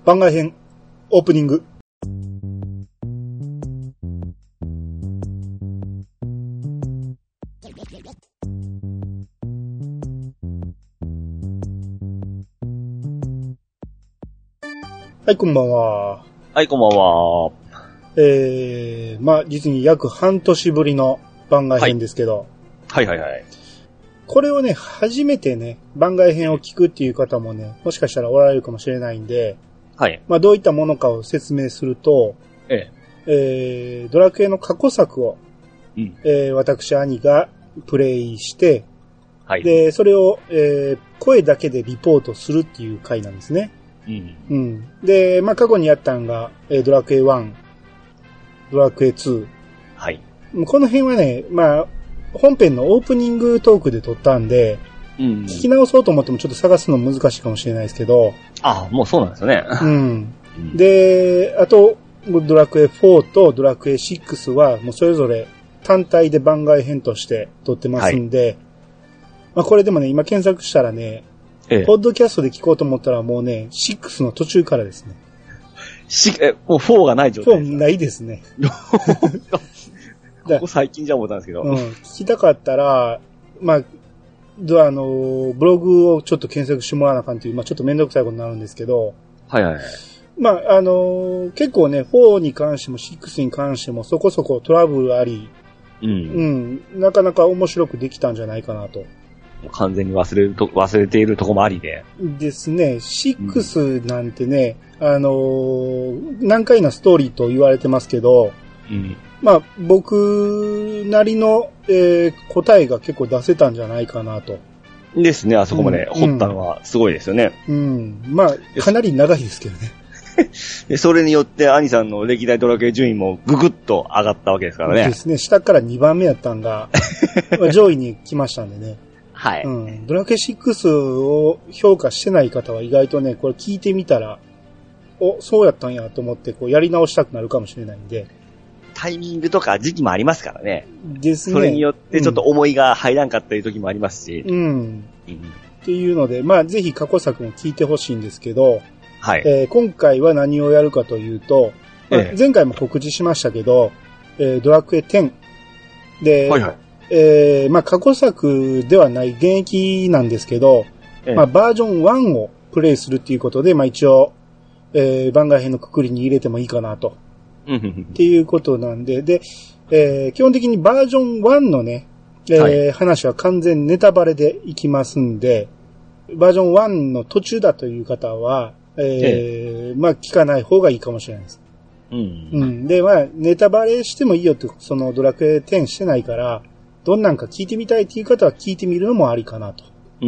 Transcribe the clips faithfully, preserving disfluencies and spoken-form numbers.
番外編オープニング。はい、こんばんは。 はい、こんばんは。 えー、まあ、実に約半年ぶりの番外編ですけど。 はい、はいはいはい。 これをね、初めてね、番外編を聞くっていう方もね、もしかしたらおられるかもしれないんで、 はい。 まあ、どういったものかを説明すると、 ええー、ドラクエの過去作を、 え。うん。 えー、私、兄がプレイして、 はい。 で、それを、えー、声だけでリポートするっていう回なんですね。 うん。 うん。で、まあ、過去にやったんが、えー、ドラクエワン、ドラクエツー。 はい。 この辺はね、まあ、本編のオープニングトークで撮ったんで、 うん。 聞き直そうと思ってもちょっと探すの難しいかもしれないですけど、 あ、もうそうなんですよね。 うん。 うん、 で、あと、ドラクエフォーとドラクエシックスは、もうそれぞれ単体で番外編として撮ってますんで、はい、まあこれでもね、今検索したらね、ええ、ポッドキャストで聞こうと思ったらもうね、シックスの途中からですね。 し、え、もうフォーがない状態ですか？ フォーないですね。 ここ最近じゃ思ったんですけど。 うん。聞きたかったら、まあ、あの、ブログをちょっと検索してもらわなあかんという、まあちょっとめんどくさいことになるんですけど、 はいはいはい。 まあ、あのー、結構ね、フォーに関してもシックスに関してもそこそこトラブルあり、うん。うん。なかなか面白くできたんじゃないかなと。 完全に忘れると、忘れているとこもありで。 ですね。シックスなんてね、うん、あのー、難解なストーリーと言われてますけど、うん。まあ、僕なりの、えー、答えが結構出せたんじゃないかなと。 ですね、あそこまで掘ったのはすごいですよね。 うん。うん、まあ、かなり長いですけどね。 でそれによって、兄さんの歴代ドラクエ順位もぐぐっと上がったわけですからね。 ですね。下からにばんめやったんが、上位に来ましたんでね。 はい。 うん。ドラクエシックスを評価してない方は意外とね、これ聞いてみたら、お、そうやったんやと思って、こう、やり直したくなるかもしれないんで。 タイミングとか時期もありますからね。 ですね。 それによってちょっと思いが入らんかったいう時もありますし。 うん。うん、っていうので、まあ、ぜひ過去作も聞いてほしいんですけど、はい。えー、今回は何をやるかというと、まあ、前回も告知しましたけど、えー、ドラクエテンで、はいはい。えー、まあ、過去作ではない現役なんですけど、ええ、まあ、バージョンワンをプレイするっていうことで、まあ、一応、えー、番外編のくくりに入れてもいいかなと。っていうことなんで、で、えー、基本的にバージョンワンのね、えーはい、話は完全ネタバレでいきますんで、バージョンワンの途中だという方は、えー、ええ、まあ、聞かない方がいいかもしれないです。うん。うん。で、まあ、ネタバレしてもいいよって、そのドラクエテンしてないから、どんなんか聞いてみたいっていう方は聞いてみるのもありかなと。うん。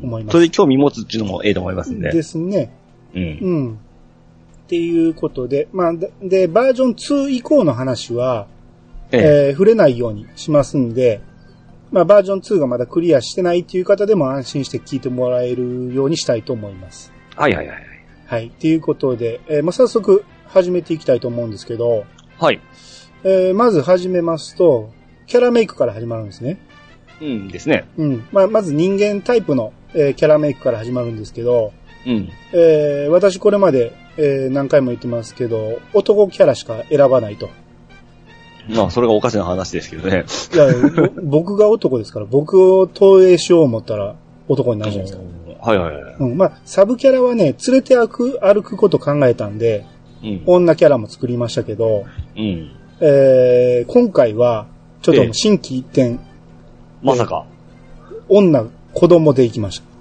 思います。 それで興味持つっていうのもええと思いますんで。 ですね。うん。うん。っていうことで、まあ、で、バージョンツー以降の話は、えええー、触れないようにしますんで、まあ、バージョンツーがまだクリアしてないっていう方でも安心して聞いてもらえるようにしたいと思います。 はいはいはい。 はい。っていうことで、えー、まあ、早速始めていきたいと思うんですけど、 はい。 えー、まず始めますと、キャラメイクから始まるんですね。 うんですね。 うん。まあ、まず人間タイプの、えー、キャラメイクから始まるんですけど、 うん。 えー、私これまで、えー、何回も言ってますけど、男キャラしか選ばないと。 まあ、それがおかしな話ですけどね。 いや、僕が男ですから、僕を投影しよう思ったら男になるじゃないですか。 はいはいはい。 うん。まあ、サブキャラはね、連れて歩く、歩くこと考えたんで、うん、女キャラも作りましたけど、うん。えー、今回は、ちょっと新規一転。 まさか。 女、子供で行きました。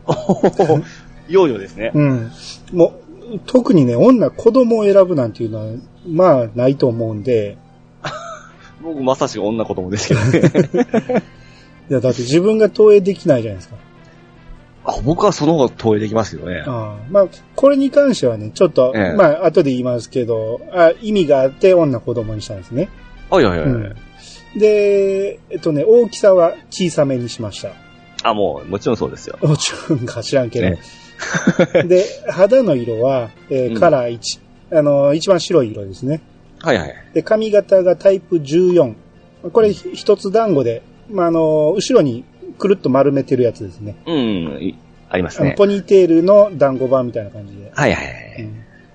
ヨーヨーですね。 うん。もう、特にね、女、子供を選ぶなんていうのは、まあ、ないと思うんで。 僕、まさしく女子供ですけどね。 いや、だって自分が投影できないじゃないですか。 あ、僕はその方が投影できますけどね。 ああ、まあ、これに関してはね、ちょっと、ええ、まあ、後で言いますけど、あ、意味があって女子供にしたんですね。 はいはいはい。うん、 で、えっとね、大きさは小さめにしました。 あ、もう、もちろんそうですよ。 もちろんか知らんけど。ね、で、肌の色は、えー、カラーいち、うん。あの、一番白い色ですね。 はいはい。 で、髪型がタイプじゅうよん。これ一つ団子で、まあ、あの、後ろにくるっと丸めてるやつですね。 うん、ありますね。 ポニーテールの団子版みたいな感じで。 はいはいはい。うん、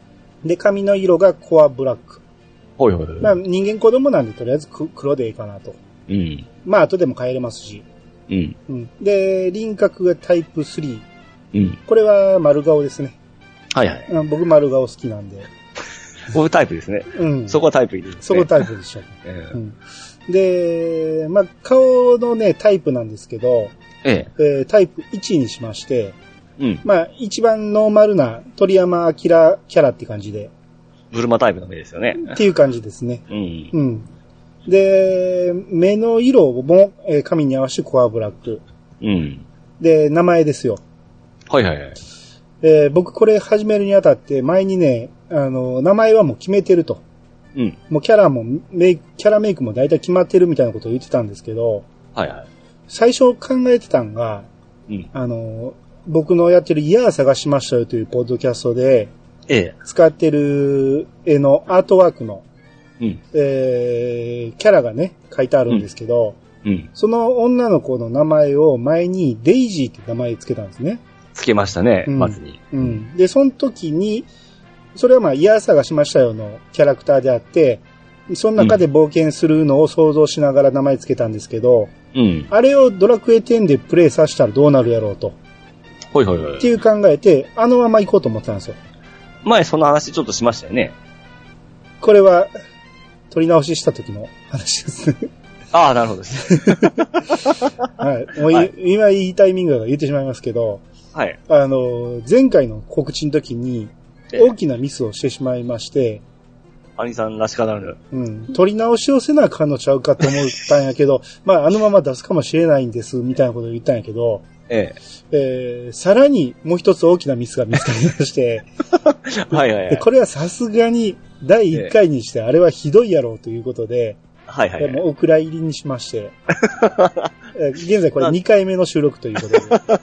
で、髪の色がコアブラック。 ほいほいほい。 まあ、人間子供なんでとりあえず黒でいいかなと。 うん。 まあ、後でも変えれますし。 うん。 うん。で、輪郭がタイプスリー。 うん。 これは丸顔ですね。 はいはい。 うん、僕丸顔好きなんで。 僕タイプですね。うん。そこはタイプいいですね。 そこタイプでしょう、えーうん。で、まあ、顔のね、タイプなんですけど、えええー、タイプいちにしまして、うん。まあ、一番ノーマルな鳥山明キャラって感じで。 ブルマタイプの目ですよね。 っていう感じですね。 うん。 うん。で、目の色も、えー、髪に合わせてコアブラック。 うん。 で、名前ですよ。 はいはいはい。 えー、僕これ始めるにあたって前にね、あの、名前はもう決めてると。うん。もうキャラもメイク、キャラメイクも大体決まってるみたいなことを言ってたんですけど。 はいはい。 最初考えてたんが、うん。あの、僕のやってるイヤー探しましたよというポッドキャストで、ええ。使ってる絵のアートワークの、うん。えー、キャラがね、書いてあるんですけど、うん。うん、その女の子の名前を前にデイジーって名前つけたんですね。 つけましたね、うん、まずに。 うん。で、その時に、それはまあ、イヤー探しましたよのキャラクターであって、その中で冒険するのを想像しながら名前つけたんですけど、うん。あれをドラクエテンでプレイさせたらどうなるやろうと。 ほいほいほい。 っていう考えて、あのまま行こうと思ってたんですよ。 前その話ちょっとしましたよね。 これは、取り直しした時の話ですね。 ああ、なるほどです。 はい。もう、はい、今いいタイミングだから言ってしまいますけど、はい。あの、前回の告知の時に、大きなミスをしてしまいまして、 兄さんらしからぬ。 うん。取り直しをせなあかんのちゃうかと思ったんやけど、まあ、あのまま出すかもしれないんです、みたいなことを言ったんやけど、えええー、さらにもう一つ大きなミスが見つかりまして、はいはいはい。これはさすがにだいいっかいにしてあれはひどいやろうということで、はいはい、はい。もうお蔵入りにしまして、現在これにかいめの収録ということで。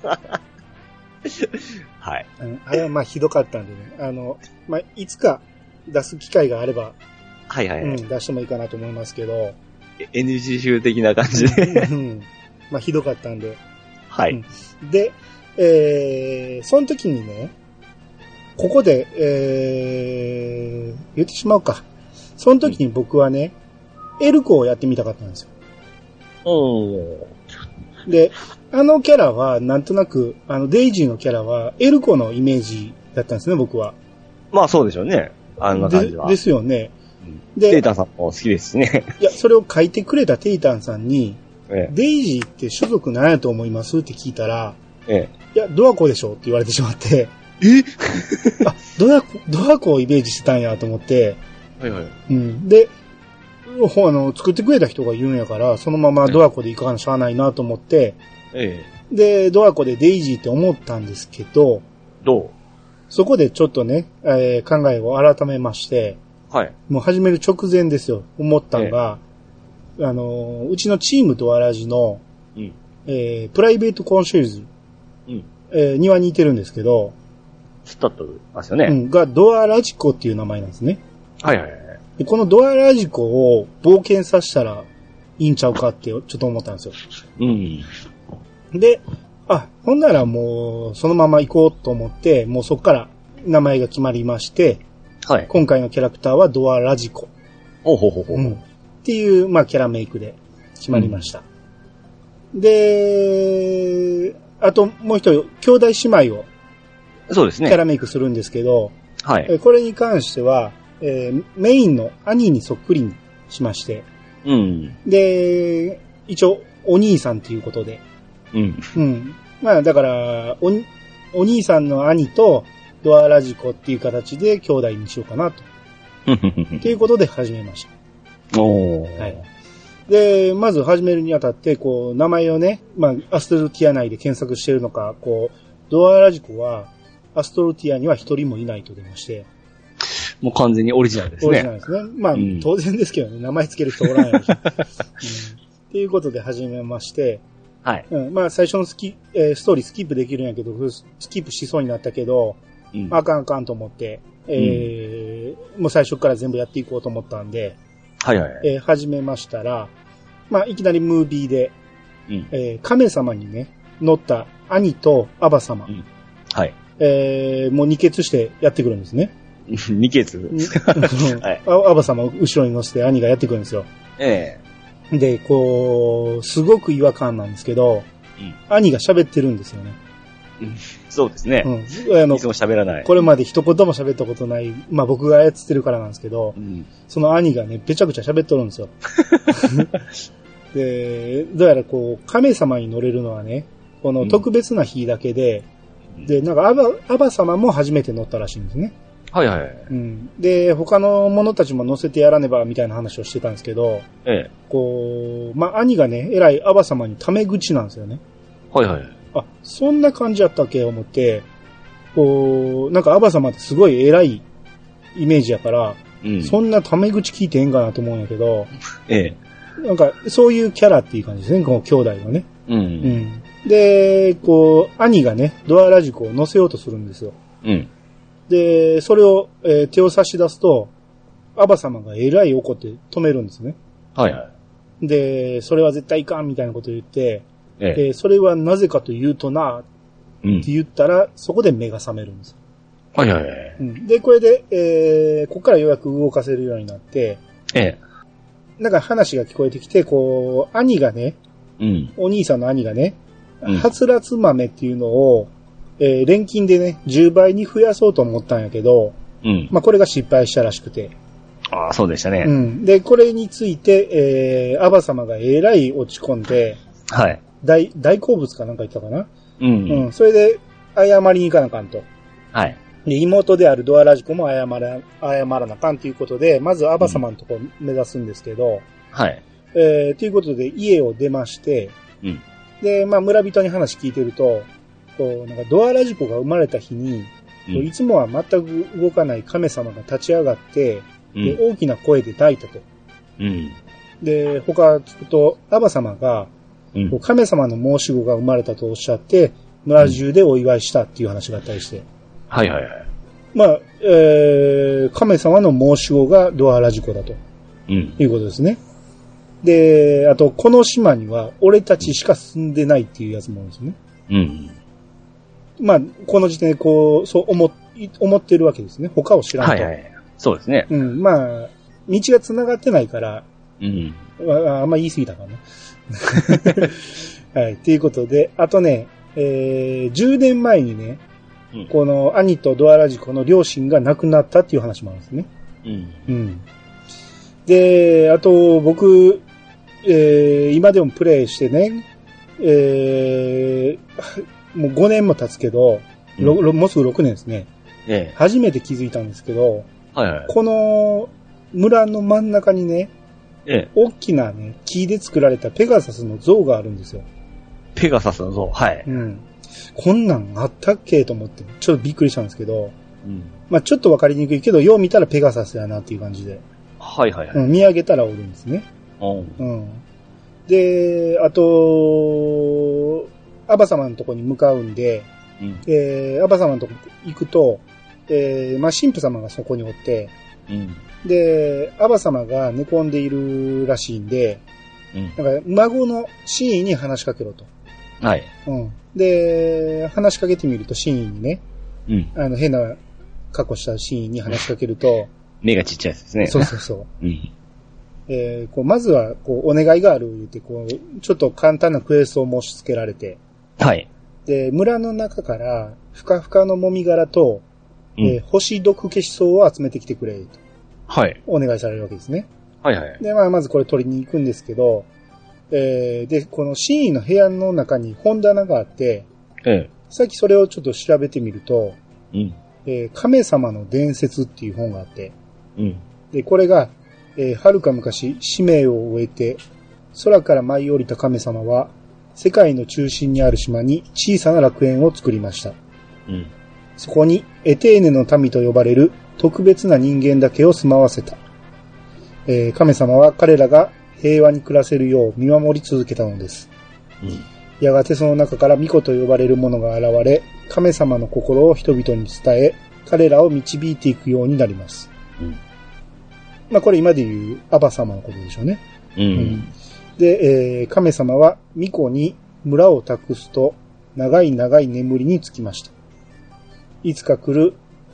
はい。あれはまあひどかったんでね、あの、まあ、いつか出す機会があれば、はいはい、はい、うん、出してもいいかなと思いますけど、 エヌジー 集的な感じで、 うん。まあひどかったんで。はい。うん、で、えー、その時にね、ここで、えー、言ってしまうか。その時に僕はね、うん、エルコをやってみたかったんですよ。おー。で、あのキャラは、なんとなく、あの、デイジーのキャラは、エルコのイメージだったんですね、僕は。 まあそうでしょうね。あんな感じは。 でですよね。 うん、で、テイタンさんも好きですしね。 いや、それを書いてくれたテイタンさんに、ええ、デイジーって種族何やと思いますって聞いたら、ええ、いや、ドアコでしょって言われてしまって、えあ、ドアコ、ドアコをイメージしてたんやと思って、はいはい。うん。で、あの、作ってくれた人が言うんやから、そのままドアコで行かなしゃあないなと思って、ええ、で、ドアコでデイジーって思ったんですけど、どうそこでちょっとね、えー、考えを改めまして、はい。もう始める直前ですよ、思ったのが、ええ、あの、うちのチームとアラジの、うん、えー、プライベートコンシェルジュ、うん、えー、には似てるんですけど、 知ったとますよね。 うん、がドアラジコっていう名前なんですね。 はいはいはい。 でこのドアラジコを冒険させたらいいんちゃうかってちょっと思ったんですよ。うん。で、あ、ほんならもうそのまま行こうと思って、もうそこから名前が決まりまして、はい。今回のキャラクターはドアラジコ。 ほうほうほうほう。うん。 っていう、まあキャラメイクで決まりました。うん、で、あともう一人、兄弟姉妹を、 そうですね。 キャラメイクするんですけど、はい。これに関しては、えー、メインの兄にそっくりにしまして、うん。で、一応、お兄さんっていうことで、うん。うん。まあ、だから、お、お兄さんの兄とドアラジコっていう形で兄弟にしようかなと。っていうことで始めました。おー。はい。で、まず始めるにあたって、こう、名前をね、まあ、アストロティア内で検索してるのか、こう、ドアラジコは、アストロティアには一人もいないと出まして。 もう完全にオリジナルですね。 オリジナルですね。まあ、うん、当然ですけどね、名前つける人おらんやろし、うん。っていうことで始めまして、はい。うん、まあ、最初のスキ、えー、ストーリースキップできるんやけど、スキップしそうになったけど、うん、あかんあかんと思って、えーうん、もう最初から全部やっていこうと思ったんで、はいはい、はい。えー、始めましたら、まあ、いきなりムービーで、うん、えー、亀様にね、乗った兄とアバ様。うん、はい。えー、もう二血してやってくるんですね。 二ケツはい。アバ様を後ろに乗せて兄がやってくるんですよ。 ええ。で、こう、すごく違和感なんですけど、うん、兄が喋ってるんですよね。 うん、そうですね。うん。あの、いつも喋らない。 これまで一言も喋ったことない、まあ僕が操ってるからなんですけど、うん、その兄がね、べちゃくちゃ喋っとるんですよ。で、どうやらこう、亀様に乗れるのはね、この特別な日だけで、うん、で、なんかアバ、アバ様も初めて乗ったらしいんですね。 はいはい。 うん。で、他の者たちも乗せてやらねばみたいな話をしてたんですけど、ええ。こう、まあ、兄がね、えらいアバ様にタメ口なんですよね。 はいはい。 あ、そんな感じやったっけ思って、こう、なんかアバ様ってすごい偉いイメージやから、うん、そんなタメ口聞いてへんかなと思うんやけど、ええ。なんか、そういうキャラっていう感じですね、この兄弟はね。うん。うん。で、こう、兄がね、ドアラジコを乗せようとするんですよ。うん。で、それを、えー、手を差し出すと、アバ様がえらい怒って止めるんですね。はいはい。で、それは絶対いかんみたいなことを言って、えええー、それはなぜかというとな、って言ったら、うん、そこで目が覚めるんです。はいはいはい。うん、で、これで、えー、ここからようやく動かせるようになって、ええ。なんか話が聞こえてきて、こう、兄がね、うん、お兄さんの兄がね、うん、はつらつ豆っていうのを、えー、錬金でね、じゅうばいに増やそうと思ったんやけど、うん。まあ、これが失敗したらしくて。 ああ、そうでしたね。 うん。で、これについて、えー、アバ様がえらい落ち込んで、はい。大、大好物かなんか言ったかな。うん。うん。それで、謝りに行かなあかんと。はい。で、妹であるドアラジコも謝ら、謝らなあかんということで、まずアバ様のところを目指すんですけど、うん、はい。えー、ということで、家を出まして、うん。で、まあ、村人に話聞いてると、こう、なんかドアラジコが生まれた日に、うん、いつもは全く動かない亀様が立ち上がって、うん、で大きな声で抱いたと。うん、で、他聞くと、アバ様が、うん、亀様の申し子が生まれたとおっしゃって、村中でお祝いしたっていう話があったりして。うん、はいはいはい。まあ、えー、亀様の申し子がドアラジコだと。うん、いうことですね。で、あと、この島には俺たちしか住んでないっていうやつもあるんですね。うん。まあ、この時点でこう、そう思、思ってるわけですね。他を知らんと。はいはい。 そうですね。 うん。まあ、道が繋がってないから、うん。あ, あんま言い過ぎたかな。はい。ということで、あとね、えー、じゅうねんまえにね、うん、この兄とドアラジコの両親が亡くなったっていう話もあるんですね。うん。うん。で、あと、僕、えー、今でもプレイしてね、えー、もうごねんも経つけど、うん、もうすぐろくねんですね。ええ、初めて気づいたんですけど、はいはい、この村の真ん中にね、ええ、大きなね、木で作られたペガサスの像があるんですよ。 ペガサスの像はい。 うん。こんなんあったっけと思って、ちょっとびっくりしたんですけど、うん、まあちょっとわかりにくいけど、よう見たらペガサスやなっていう感じで。はいはいはい。うん、見上げたらおるんですね。うん。で、あと、アバ様のとこに向かうんで、うん、えー、アバ様のとこ行くと、えー、まあ、神父様がそこにおって、うん、で、アバ様が寝込んでいるらしいんで、うん、なんか孫の真意に話しかけろと。はい。うん。で、話しかけてみると真意にね、うん、あの変な格好した真意に話しかけると、 目がちっちゃいですね。 そうそうそう。うん。えー、こうまずはこうお願いがある言ってこうちょっと簡単なクエストを申し付けられて、はい。で村の中からふかふかのもみ殻と、うん、えー、星毒消し草を集めてきてくれと、はい。お願いされるわけですね。はいはい。でまあまずこれ取りに行くんですけど、えー、でこの真意の部屋の中に本棚があって、ええ、さっきそれをちょっと調べてみると、うん。えー、亀様の伝説っていう本があって、うん。でこれがえー、遥か昔、使命を終えて、空から舞い降りた神様は、世界の中心にある島に小さな楽園を作りました。うん、そこに、エテーネの民と呼ばれる特別な人間だけを住まわせた。えー、神様は彼らが平和に暮らせるよう見守り続けたのです。うん、やがてその中から巫女と呼ばれる者が現れ、神様の心を人々に伝え、彼らを導いていくようになります。うん、まあこれ今で言うアバ様のことでしょうね。うんうん、で、えー、神様は巫女に村を託すと長い長い眠りにつきました。いつか来る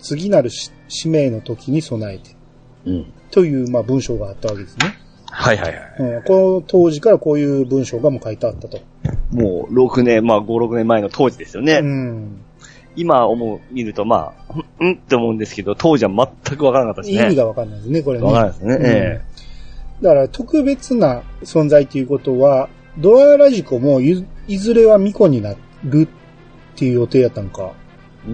次なる使命の時に備えて。うん。という、まあ、文章があったわけですね。 はいはいはい。 うん、この当時からこういう文章がもう書いてあったと。 もう、ろくねん、まあ、ご、ろくねんまえの当時ですよね。うん。今思う、見ると、まあ、うんって思うんですけど、当時は全くわからなかったですね。 意味がわかんないですね、これね。 わからないですね。うん、ええ。 だから、特別な存在ということは、ドアラジコもい、いずれは巫女になるっていう予定やったんか。うん。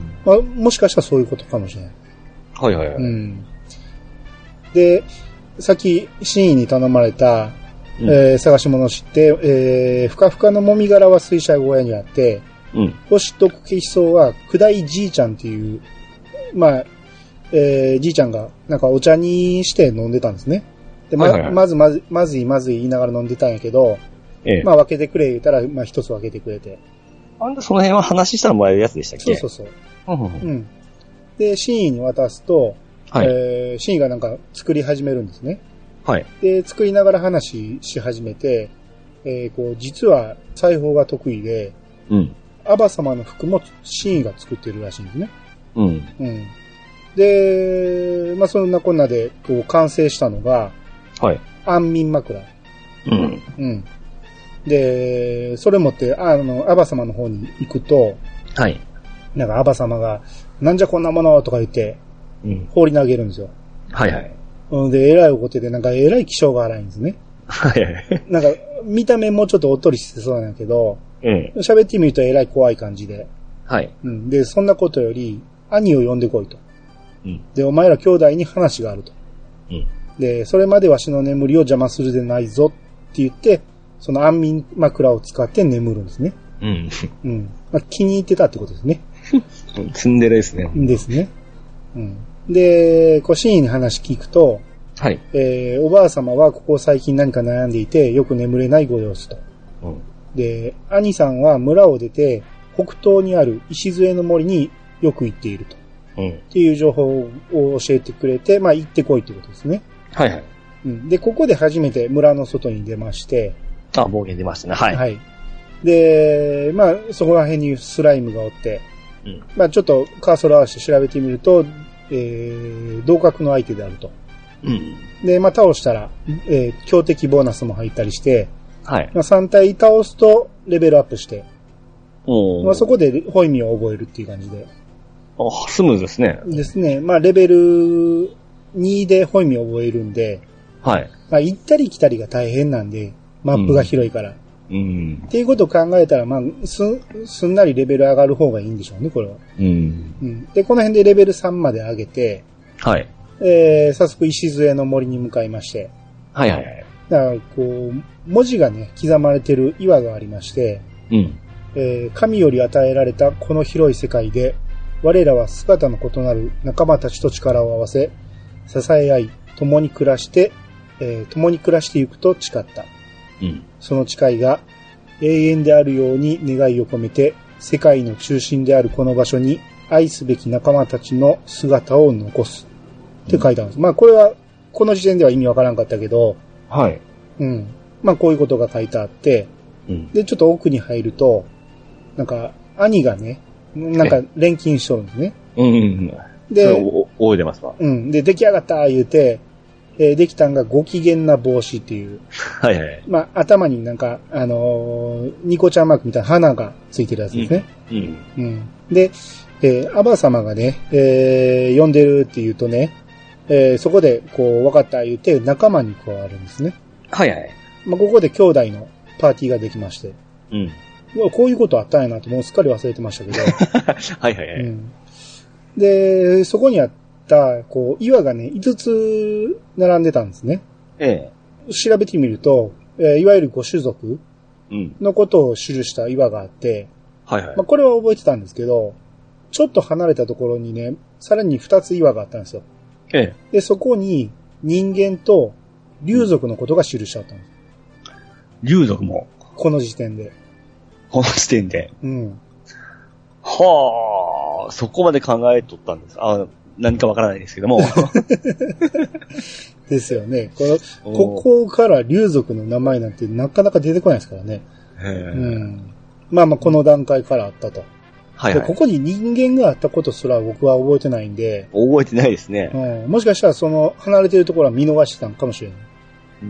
まあ、もしかしたらそういうことかもしれない。 はいはいはい。 うん。で、さっき、真意に頼まれた、うん、えー、探し物を知って、えー、ふかふかのもみ殻は水車小屋にあって、うん。星と消しそうは、くだいじいちゃんっていう、まあ、えー、じいちゃんが、なんかお茶にして飲んでたんですね。で、ま、はいはいはい、まずまず、まずいまずい言いながら飲んでたんやけど、ええ、まあ分けてくれ言ったら、まあ一つ分けてくれて。 あんたその辺は話したらもらえるやつでしたっけ？ そうそうそう。うんうんうん、で、真意に渡すと、はい、えー、真意がなんか作り始めるんですね。はい。で、作りながら話し始めて、えー、こう、実は裁縫が得意で、うん。アバ様の服も真意が作ってるらしいんですね。うん。うん。で、まあ、そんなこんなで、こう、完成したのが、はい。安眠枕。うん。うん。で、それ持って、あの、アバ様の方に行くと、はい。なんかアバ様が、なんじゃこんなものとか言って、うん。放り投げるんですよ。はいはい。で、えらい怒ってて、なんかえらい気性が荒いんですね。はいはい。なんか、見た目もちょっとおっとりしてそうなんだけど、うん。喋ってみるとえらい怖い感じで。はい。うん。で、そんなことより、兄を呼んでこいと。うん。で、お前ら兄弟に話があると。うん。で、それまでわしの眠りを邪魔するでないぞって言って、その安眠枕を使って眠るんですね。うん。うん。まあ、気に入ってたってことですね。 ツンデレですね。 ですね。うん。で、こう、真意に話聞くと、はい。えー、おばあ様はここ最近何か悩んでいて、よく眠れないご様子と。うん。で、兄さんは村を出て、北東にある礎の森によく行っていると。うん。っていう情報を教えてくれて、まあ行ってこいってことですね。はいはい。うん。で、ここで初めて村の外に出まして。 あ、暴言出ましたね。はい。はい。 で、まあ、そこら辺にスライムがおって、うん。まあちょっとカーソル合わせて調べてみると、えー、同格の相手であると。うん。で、まあ倒したら、えー、強敵ボーナスも入ったりして、はい。まあさん体倒すとレベルアップして、おまあそこでホイミを覚えるっていう感じで。 あ、スムーズですね。 ですね。まあレベルにでホイミを覚えるんで、はい。まあ行ったり来たりが大変なんで、マップが広いから。うん。っていうことを考えたら、まあ、す、すんなりレベル上がる方がいいんでしょうね、これは。うん。うん。で、この辺でレベルさんまで上げて、はい。えー、早速礎の森に向かいまして。はいはいはい。だから、こう、文字がね、刻まれてる岩がありまして、うん。えー、神より与えられたこの広い世界で、我らは姿の異なる仲間たちと力を合わせ、支え合い、共に暮らして、えー、共に暮らしていくと誓った。うん、その誓いが永遠であるように願いを込めて世界の中心であるこの場所に愛すべき仲間たちの姿を残すって書いてあるんです。うん、まあこれはこの時点では意味わからんかったけど、はい。うん。まあこういうことが書いてあって、うん、でちょっと奥に入るとなんか兄がね、なんか錬金しとるんですね。うんうんうん。 で、覚えてますわ。 うん。で出来上がった言うて。えー、できたんがご機嫌な帽子っていう。はいはい。まあ、頭になんか、あのー、ニコちゃんマークみたいな花がついてるやつですね。うん。うん。うん、で、えー、アバ様がね、えー、呼んでるって言うとね、えー、そこで、こう、分かった言って仲間に加わるんですね。はいはい。まあ、ここで兄弟のパーティーができまして。うん。こういうことあったんやなと、もうすっかり忘れてましたけど。はいはいはい。うん。で、そこにあった、こう、岩がね、いつつ並んでたんですね。ええ。調べてみると、えー、いわゆるご種族のことを記した岩があって、うん、はいはい。まあ、これは覚えてたんですけど、ちょっと離れたところにね、さらにふたつ岩があったんですよ。ええ。で、そこに人間と竜族のことが記してあったんです。 竜族もこの時点で。 この時点で。うん。はあ、そこまで考えとったんです。あ、何かわからないですけども。 ですよね。この、ここから竜族の名前なんてなかなか出てこないですからね。うん。まあまあこの段階からあったと。 はいはい。 で、ここに人間があったことすら僕は覚えてないんで。 覚えてないですね。 うん。もしかしたらその離れてるところは見逃してたのかもしれない。うん。うん。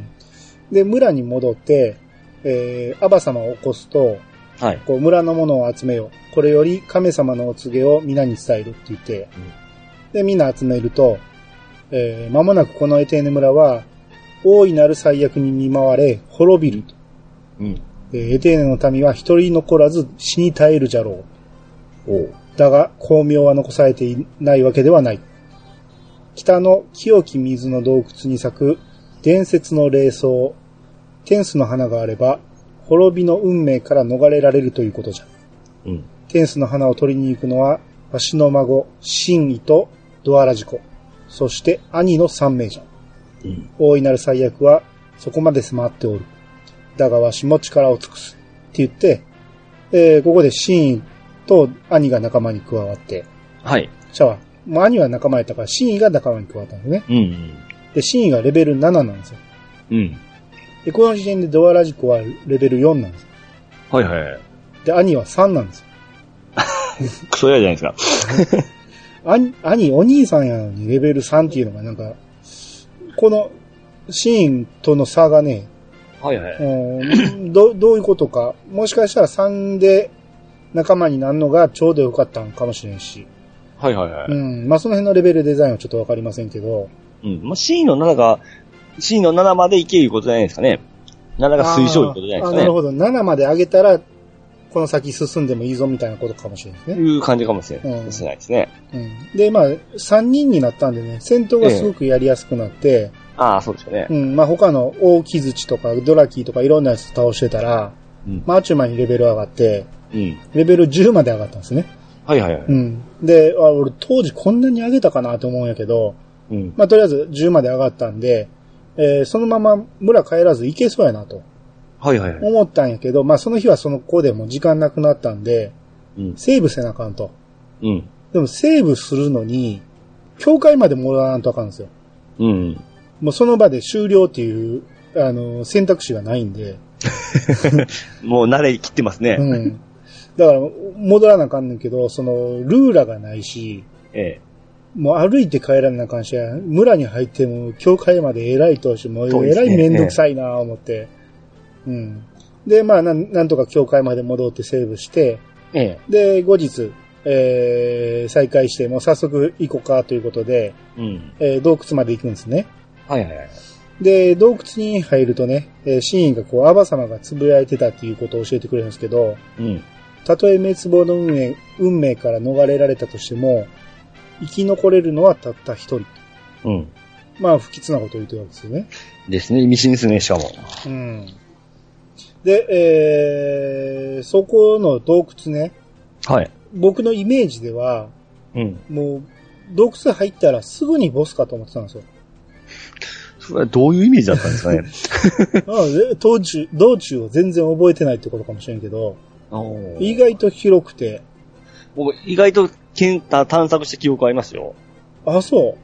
で、村に戻って、えー、アバ様を起こすと、はい。こう、村のものを集めよう。これより神様のお告げを皆に伝えるって言って、うん、で、みんな集めると、えー、間もなくこのエテーネ村は、大いなる最悪に見舞われ、滅びると。うん。エテーネの民は一人残らず死に絶えるじゃろう。おう。だが、光明は残されていないわけではない。北の清き水の洞窟に咲く伝説の霊草、天使の花があれば、滅びの運命から逃れられるということじゃ。うん。天使の花を取りに行くのは、わしの孫、真意とドアラジコ、そして兄の三名じゃ。うん。大いなる最悪は、そこまで迫っておる。だがわしも力を尽くす。って言って、えー、ここで真意と兄が仲間に加わって。はい。じゃあ、もう兄は仲間やったから、真意が仲間に加わったんですね。うん、うん。で、真意がレベルなななんですよ。うん。で、この時点でドアラジコはレベルよんなんです。はいはい。で、兄はさんなんですよ。 クソやじゃないですか。 兄、兄、お兄さんやのにレベルさんっていうのがなんか、このシーンとの差がね、はいはい。うん、ど、どういうことか。もしかしたらさんで仲間になるのがちょうどよかったんかもしれんし。はいはいはい。うん。まあ、その辺のレベルデザインはちょっとわかりませんけど。 うん。まあ、シーンのななが、シーンのななまでいけることじゃないですかね。ななが推奨いうことじゃないですかね。 なるほど。ななまで上げたら、この先進んでもいいぞみたいなことかもしれないですね。 いう感じかもしれないですね。 うん。うん、で、まあ、さんにんになったんでね、戦闘がすごくやりやすくなって、ええ、 ああ、そうですよね。 うん。まあ、他の大木槌とかドラキーとかいろんなやつ倒してたら、うん、まあ、あっちゅう間にレベル上がって、うん。レベルじゅうまで上がったんですね。はいはいはい。うん。で、あ俺当時こんなに上げたかなと思うんやけど、うん。まあ、とりあえずじゅうまで上がったんで、えー、そのまま村帰らず行けそうやなと。はいはいはい。思ったんやけど、まあ、その日はその子でも時間なくなったんで、うん。セーブせなあかんと。うん。でもセーブするのに、教会まで戻らんとあかんですよ。うん。もうその場で終了っていう、あの、選択肢がないんで。 もう慣れ切ってますね。うん。 だから、戻らなあかんねんけど、その、ルーラがないし、ええ。もう歩いて帰らなあかんし、村に入っても、教会まで偉いとして、もう偉いめんどくさいなぁ思って。うん。で、まあなん、なんとか教会まで戻ってセーブして、ええ。で、後日、えー、再開して、もう早速行こうかということで、うん。えー、洞窟まで行くんですね。はいはいはい。で、洞窟に入るとね、えー、シーンがこう、アバ様がつぶやいてたっていうことを教えてくれるんですけど、うん。たとえ滅亡の運命、運命から逃れられたとしても、生き残れるのはたった一人。うん。まあ、不吉なことを言ってるわけですよね。 ですね。意味深ですね、しかも。うん。 で、えー、そこの洞窟ね。はい。僕のイメージでは、うん。もう、洞窟入ったらすぐにボスかと思ってたんですよ。 それはどういうイメージだったんですかね。 ああ道中、道中を全然覚えてないってことかもしれんけど、意外と広くて。 僕、意外と探索して記憶ありますよ。 あ、そう。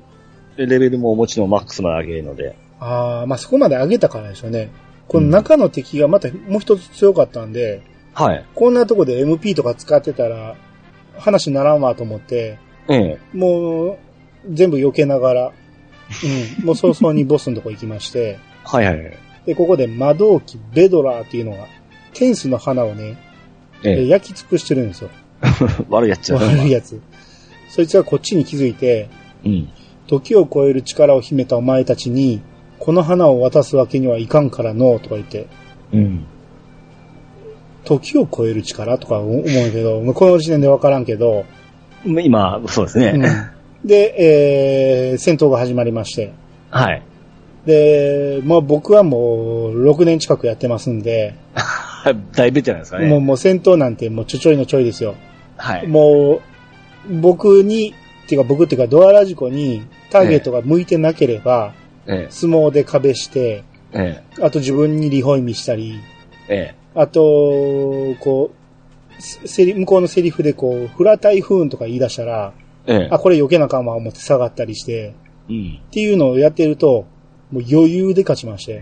で、レベルももちろんマックスまで上げるので。 ああ、まあ、そこまで上げたからでしょうね。この中の敵がまたもう一つ強かったんで、うん、はい。こんなとこで エムピー とか使ってたら、話にならんわと思って、ええ。もう、全部避けながら、うん、もう早々にボスのとこ行きまして、はいはいはい。で、ここで魔導機ベドラーっていうのが、天使の花をね、ええ、焼き尽くしてるんですよ。 悪いやつじゃない悪いやつ。そいつはこっちに気づいて、うん。時を超える力を秘めたお前たちに、この花を渡すわけにはいかんからの、とか言って。うん。時を超える力とか思うけど、この時点でわからんけど。 今、そうですね。 うん、で、えー、戦闘が始まりまして。はい。で、まあ僕はもうろくねん近くやってますんで。 大ベテランですかね。 もう、もう戦闘なんてもうちょちょいのちょいですよ。はい。もう、僕に、っていうか僕っていうかドアラジコにターゲットが向いてなければ、ええ、相撲で壁して、ええ、あと自分にリホイミしたり、ええ、あと、こう、セリ、向こうのセリフでこう、フラ台風とか言い出したら、ええ、あ、これ避けなあかんわ思って下がったりして、うん、っていうのをやってると、 もう余裕で勝ちまして。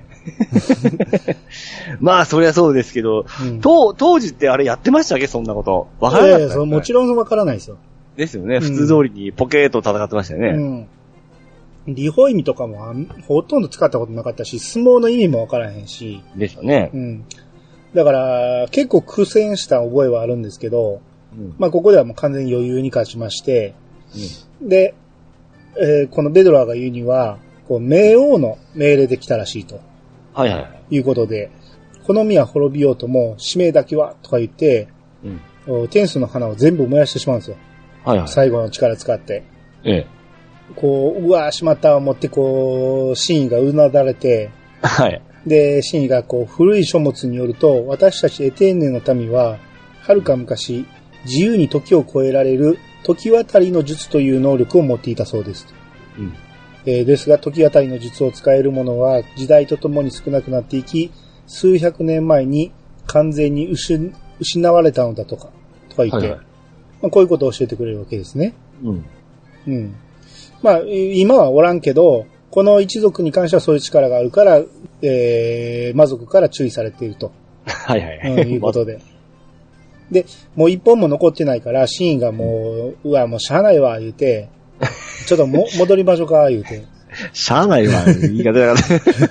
まあ、そりゃそうですけど、うん、当、当時ってあれやってましたっけそんなこと。わからない。いやいや、 もちろんわからないですよ。 ですよね。普通通りにポケーと戦ってましたよね。 うん。リホイミとかもほとんど使ったことなかったし、相撲の意味もわからへんし。 ですよね。 うん。だから、結構苦戦した覚えはあるんですけど、うん、まあここではもう完全に余裕に勝ちまして、うん、で、えー、このベドラーが言うには、こう、冥王の命令で来たらしいと。 はいはい。 いうことで、この宮滅びようとも、使命だけは、とか言って、うん、天使の花を全部燃やしてしまうんですよ。はいはい。最後の力使って。ええ。こう、うわーしまった思って、こう、真意がうなだれて、はい。で、真意がこう、古い書物によると、私たちエテーネの民は、遥か昔、自由に時を超えられる、時渡りの術という能力を持っていたそうです。うん。えー、ですが、時渡りの術を使える者は、時代とともに少なくなっていき、数百年前に完全に失、失われたのだとか、とか言って、はいはい、まあ、こういうことを教えてくれるわけですね。うん。うん。まあ、今はおらんけど、この一族に関してはそういう力があるから、えー、魔族から注意されていると。 はいはいはい。 うん、いうことで。で、もう一本も残ってないから、シーンがもう、うわ、もうしゃあないわ、言うて、ちょっとも、戻りましょうか、言うて。 しゃあないわ、言い方だから。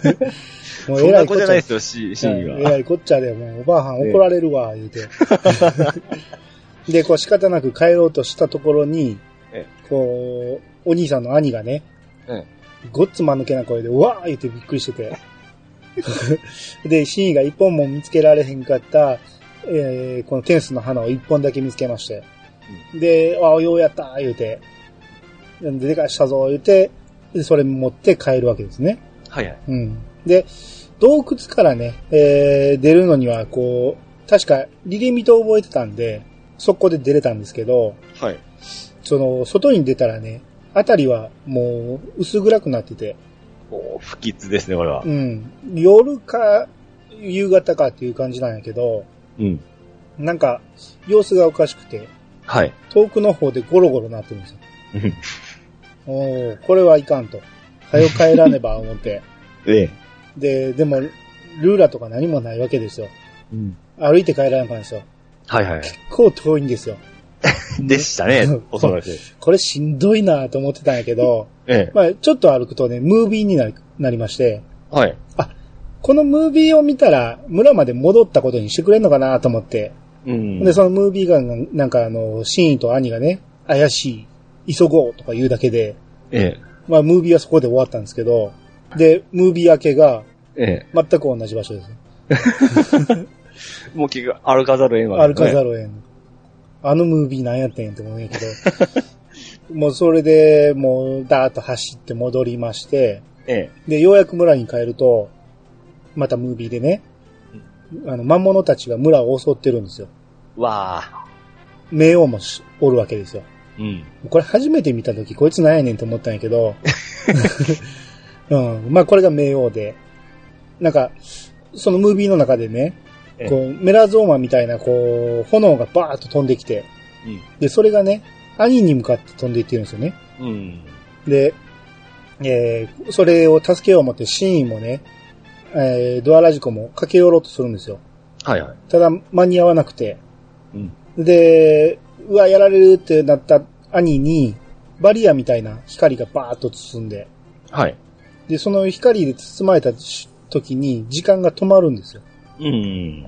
もうえらいこっちゃ。そんな子じゃないですよ、シーンは。 えらいこっちゃで、もうおばあはん怒られるわ、言うて。で、こう仕方なく帰ろうとしたところに、こう、お兄さんの兄がね、ごっつ間抜けな声で、うわー言うてびっくりしてて。で、シーンが一本も見つけられへんかった、えー、この天使の花を一本だけ見つけまして。うん、で、ああ、ようやった、言うて。で、でかしたぞ、言うて、それ持って帰るわけですね。 はいはい。 うん。で、洞窟からね、えー、出るのには、こう、確か、リリミトを覚えてたんで、速攻で出れたんですけど、はい。その、外に出たらね、あたりはもう薄暗くなってて。 お不吉ですね、これは。 うん。夜か、夕方かっていう感じなんやけど、うん。なんか、様子がおかしくて、はい。遠くの方でゴロゴロなってるんですよ。おー、これはいかんと。早よ帰らねば思って。ええ。で、でも、ルーラとか何もないわけですよ。うん。歩いて帰らなかったんですよ。はいはい。結構遠いんですよ。 でしたね、おそらく。 これしんどいなと思ってたんやけど、ええ。まあちょっと歩くとね、ムービーになり、なりまして、はい。あ、このムービーを見たら、村まで戻ったことにしてくれんのかなと思って、うん。で、そのムービーが、なんかあの、シーンと兄がね、怪しい、急ごうとか言うだけで、ええ。まあムービーはそこで終わったんですけど、で、ムービー明けが、ええ。全く同じ場所です。 もう結局歩かざるを得んわ、ね。 歩かざるを得ん。あのムービーなんやってんって思うんやけど、もうそれで、もう、ダーッと走って戻りまして、ええ。で、ようやく村に帰ると、またムービーでね、あの、魔物たちが村を襲ってるんですよ。 わぁ。冥王もおるわけですよ。うん。これ初めて見たとき、こいつなんやねんと思ったんやけど、うん。まあ、これが冥王で、なんか、そのムービーの中でね、こう、メラゾーマみたいな、こう、炎がバーッと飛んできて、うん、で、それがね、兄に向かって飛んでいってるんですよね。うん、で、えー、それを助けよう思ってシーンもね、えー、ドアラジコも駆け寄ろうとするんですよ。はいはい。ただ、間に合わなくて、うん、で、うわ、やられるってなった兄に、バリアみたいな光がバーッと包んで、はい。で、その光で包まれた時に時間が止まるんですよ。うん。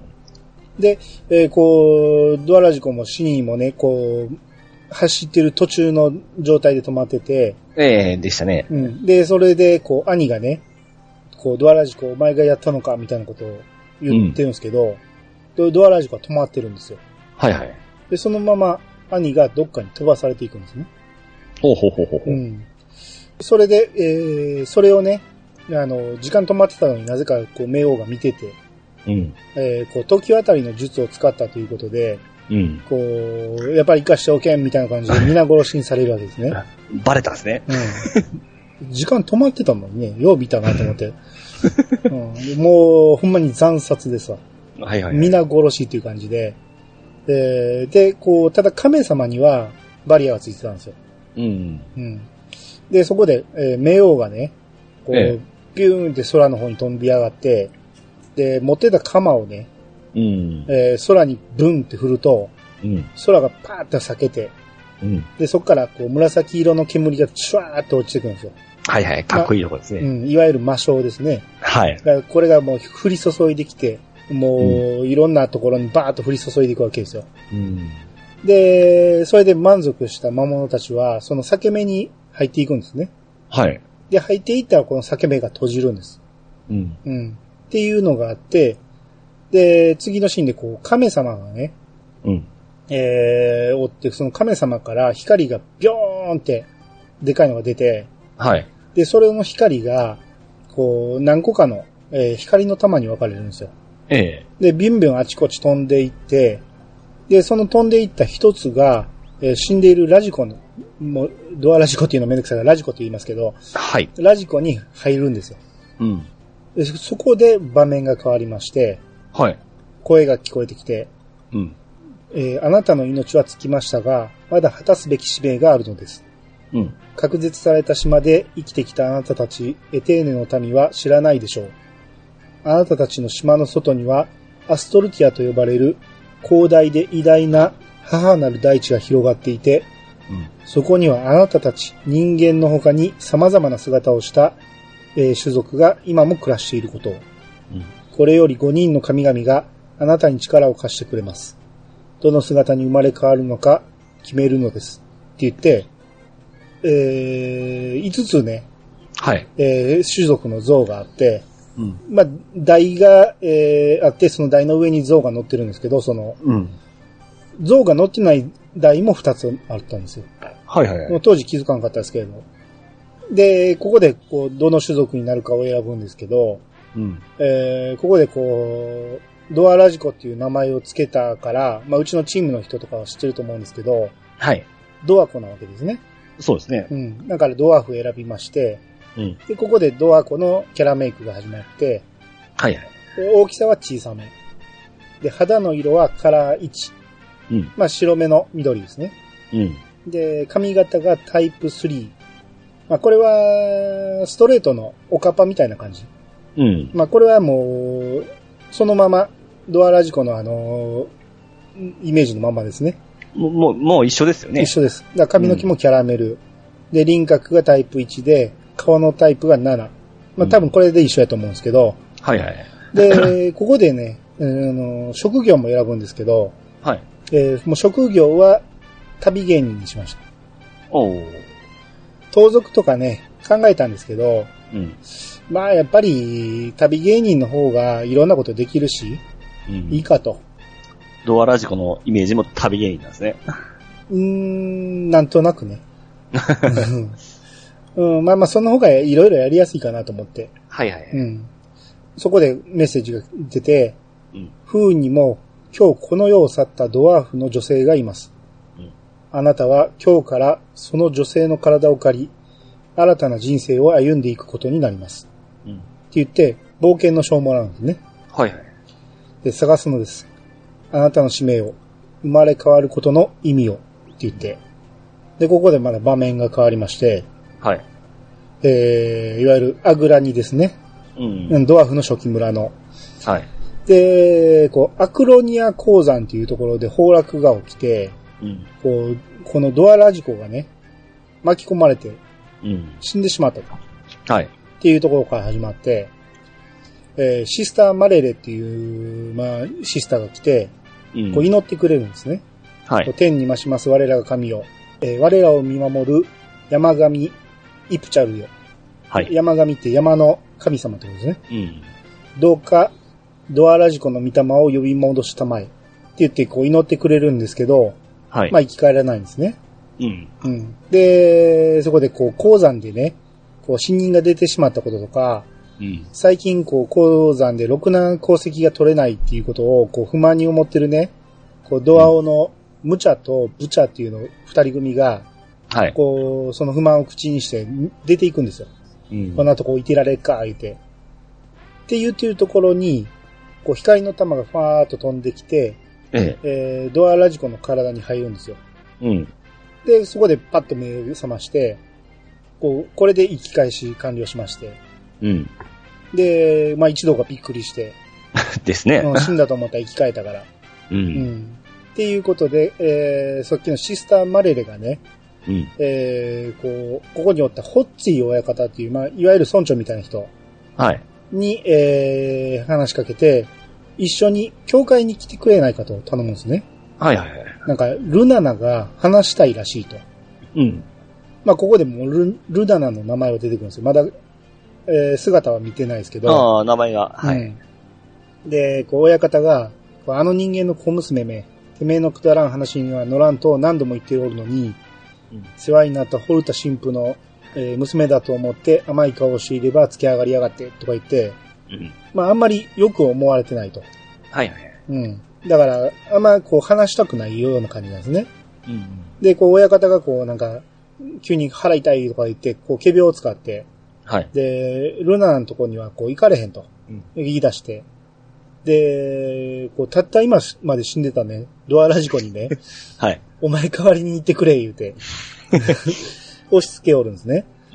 で、えー、こう、ドアラジコもシーンもね、こう、走ってる途中の状態で止まってて。 ええー、でしたね。 うん。で、それで、こう、兄がね、こう、ドアラジコお前がやったのかみたいなことを言ってるんですけど、うん、ドアラジコは止まってるんですよ。はいはい。で、そのまま兄がどっかに飛ばされていくんですね。 ほうほうほうほう。うん。 それで、えー、それをね、あの、時間止まってたのになぜか、こう、冥王が見てて、うん。えー、こう、時渡りの術を使ったということで、うん。こう、やっぱり生かしておけんみたいな感じで皆殺しにされるわけですね。 バレたんですね。 うん。時間止まってたのにね、よう見たなと思って。うん、もう、ほんまに惨殺ですわ。はいはい、はい。皆殺しっていう感じで。えー、で、こう、ただ亀様にはバリアがついてたんですよ。うん。うん。で、そこで、えー、冥王がね、こう、ええ、 ビューンって空の方に飛び上がって、で、持ってた鎌をね、うん、えー、空にブンって振ると、うん、空がパーッと裂けて、うん、で、そこからこう紫色の煙がシュワーッと落ちてくるんですよ。 はいはい、かっこいいとこですね。 まあ、うん、いわゆる魔性ですね。はい。だからこれがもう降り注いできて、もういろんなところにバーッと降り注いでいくわけですよ。うん、で、それで満足した魔物たちは、その裂け目に入っていくんですね。はい。で、入っていったらこの裂け目が閉じるんです。うん。うん。っていうのがあって、で、次のシーンでこう、亀様がね、うん。えー、追って、その亀様から光がビョーンって、でかいのが出て、はい。で、それの光が、こう、何個かの、えー、光の玉に分かれるんですよ。ええ。で、ビュンビュンあちこち飛んでいって、で、その飛んでいった一つが、えー、死んでいるラジコの、もう、ドアラジコっていうのめんどくさいからラジコって言いますけど、はい。ラジコに入るんですよ。うん。で、そこで場面が変わりまして、はい。声が聞こえてきて、うん。えー、あなたの命は尽きましたが、まだ果たすべき使命があるのです。うん。隔絶された島で生きてきたあなたたち、エテーネの民は知らないでしょう。あなたたちの島の外には、アストルティアと呼ばれる広大で偉大な母なる大地が広がっていて、うん、そこにはあなたたち人間の他に様々な姿をした、えー、種族が今も暮らしていることを、うん、これよりごにんの神々があなたに力を貸してくれます。どの姿に生まれ変わるのか決めるのです。って言って、えー、いつつね、はい。えー、種族の像があって、うん、まあ、台が、えー、あって、その台の上に像が乗ってるんですけど、その、うん、像が乗ってない台もふたつあったんですよ。はいはいはい。当時気づかなかったですけれど。で、ここで、こう、どの種族になるかを選ぶんですけど、うん、えー、ここでこう、ドアラジコっていう名前を付けたから、まあ、うちのチームの人とかは知ってると思うんですけど、はい。ドワコなわけですね。そうですね。うん。だからドワーフ選びまして、うん。で、ここでドワコのキャラメイクが始まって、はいはい。大きさは小さめ。で、肌の色はカラーいち。うん。まあ、白目の緑ですね。うん。で、髪型がタイプスリー。まあ、これは、ストレートのおかっぱみたいな感じ。うん。まあ、これはもう、そのまま、ドアラジコのあのー、イメージのままですね。 もう、もう、もう一緒ですよね。 一緒です。だから髪の毛もキャラメル。うん、で、輪郭がタイプいちで、顔のタイプがなな。まあ、多分これで一緒やと思うんですけど。うん、はいはい。で、ここでね、あの、職業も選ぶんですけど、はい。えー、もう職業は旅芸人にしました。おー。盗賊とかね、考えたんですけど、うん。まあやっぱり旅芸人の方がいろんなことできるし、うん、いいかと。 ドアラジコのイメージも旅芸人なんですね。 うーん、なんとなくね。うん、まあまあその方がいろいろやりやすいかなと思って。はいはい、はい。うん。そこでメッセージが出て、うん、不運にも今日この世を去ったドワーフの女性がいます。うん、あなたは今日からその女性の体を借り、新たな人生を歩んでいくことになります。うん、って言って、冒険の書をもらうんですね。はいはい。で、探すのです。あなたの使命を、生まれ変わることの意味を、って言って。で、ここでまだ場面が変わりまして、はい。えー、いわゆるアグラニですね。うん。ドワーフの初期村の。はい。で、こう、アクロニア鉱山っていうところで崩落が起きて、うん。こう、このドアラジコがね、巻き込まれて、うん。死んでしまったと。はい。っていうところから始まって、えー、シスターマレレっていう、まあ、シスターが来て、うん、こう祈ってくれるんですね。はい。天に増します我らが神を、えー、我らを見守る山神イプチャルよ。はい。山神って山の神様ってことですね。うん。どうか、ドアラジコの御霊を呼び戻したまえ。って言ってこう祈ってくれるんですけど、はい。まあ生き返らないんですね。うん。うん。で、そこでこう鉱山でね、こう死人が出てしまったこととか、うん、最近こう鉱山でろくな鉱石が取れないっていうことをこう不満に思ってるね、こうドアオのムチャとブチャっていうの二人組が、はい。こう、その不満を口にして出ていくんですよ。うん。こんなとこいてられっか、言って。って言ってるところに、こう光の玉がファーっと飛んできて、えええー、ドアラジコの体に入るんですよ。うん。で、そこでパッと目を覚まして、こう、これで生き返し完了しまして。 うん。 で、まあ一度がびっくりして。 ですね。 死んだと思ったら生き返ったから。 うん。うん。っていうことで、えー、さっきのシスターマレレがね、 うん。 えー、こう、ここにおったホッツィ親方っていう、まあ、いわゆる村長みたいな人。 はい。 に、えー、話しかけて、一緒に教会に来てくれないかと頼むんですね。 はいはいはい。 なんか、ルナナが話したいらしいと。 うん。 まあ、ここでもル、ルナナの名前は出てくるんですよ。まだ、えー、姿は見てないですけど。 ああ、名前が。はい。 うん、で、こう、親方が、あの人間の小娘め、てめえのくだらん話には乗らんと何度も言っておるのに、うん、世話になったホルタ神父の、えー、娘だと思って甘い顔をしていれば付け上がりやがってとか言って、うん、まああんまりよく思われてないと。 はいはい。 うん。だから、あんまこう話したくないような感じなんですね。 うん、 で、こう親方がこうなんか、急に腹痛いとか言って、こう仮病を使って、 はい。 で、ルナのとこにはこう行かれへんと。うん、言い出して。で、こう、たった今まで死んでたね、ドアラジコにね、 はい。 お前代わりに行ってくれ、言うて、押し付けおるんですね。 うん。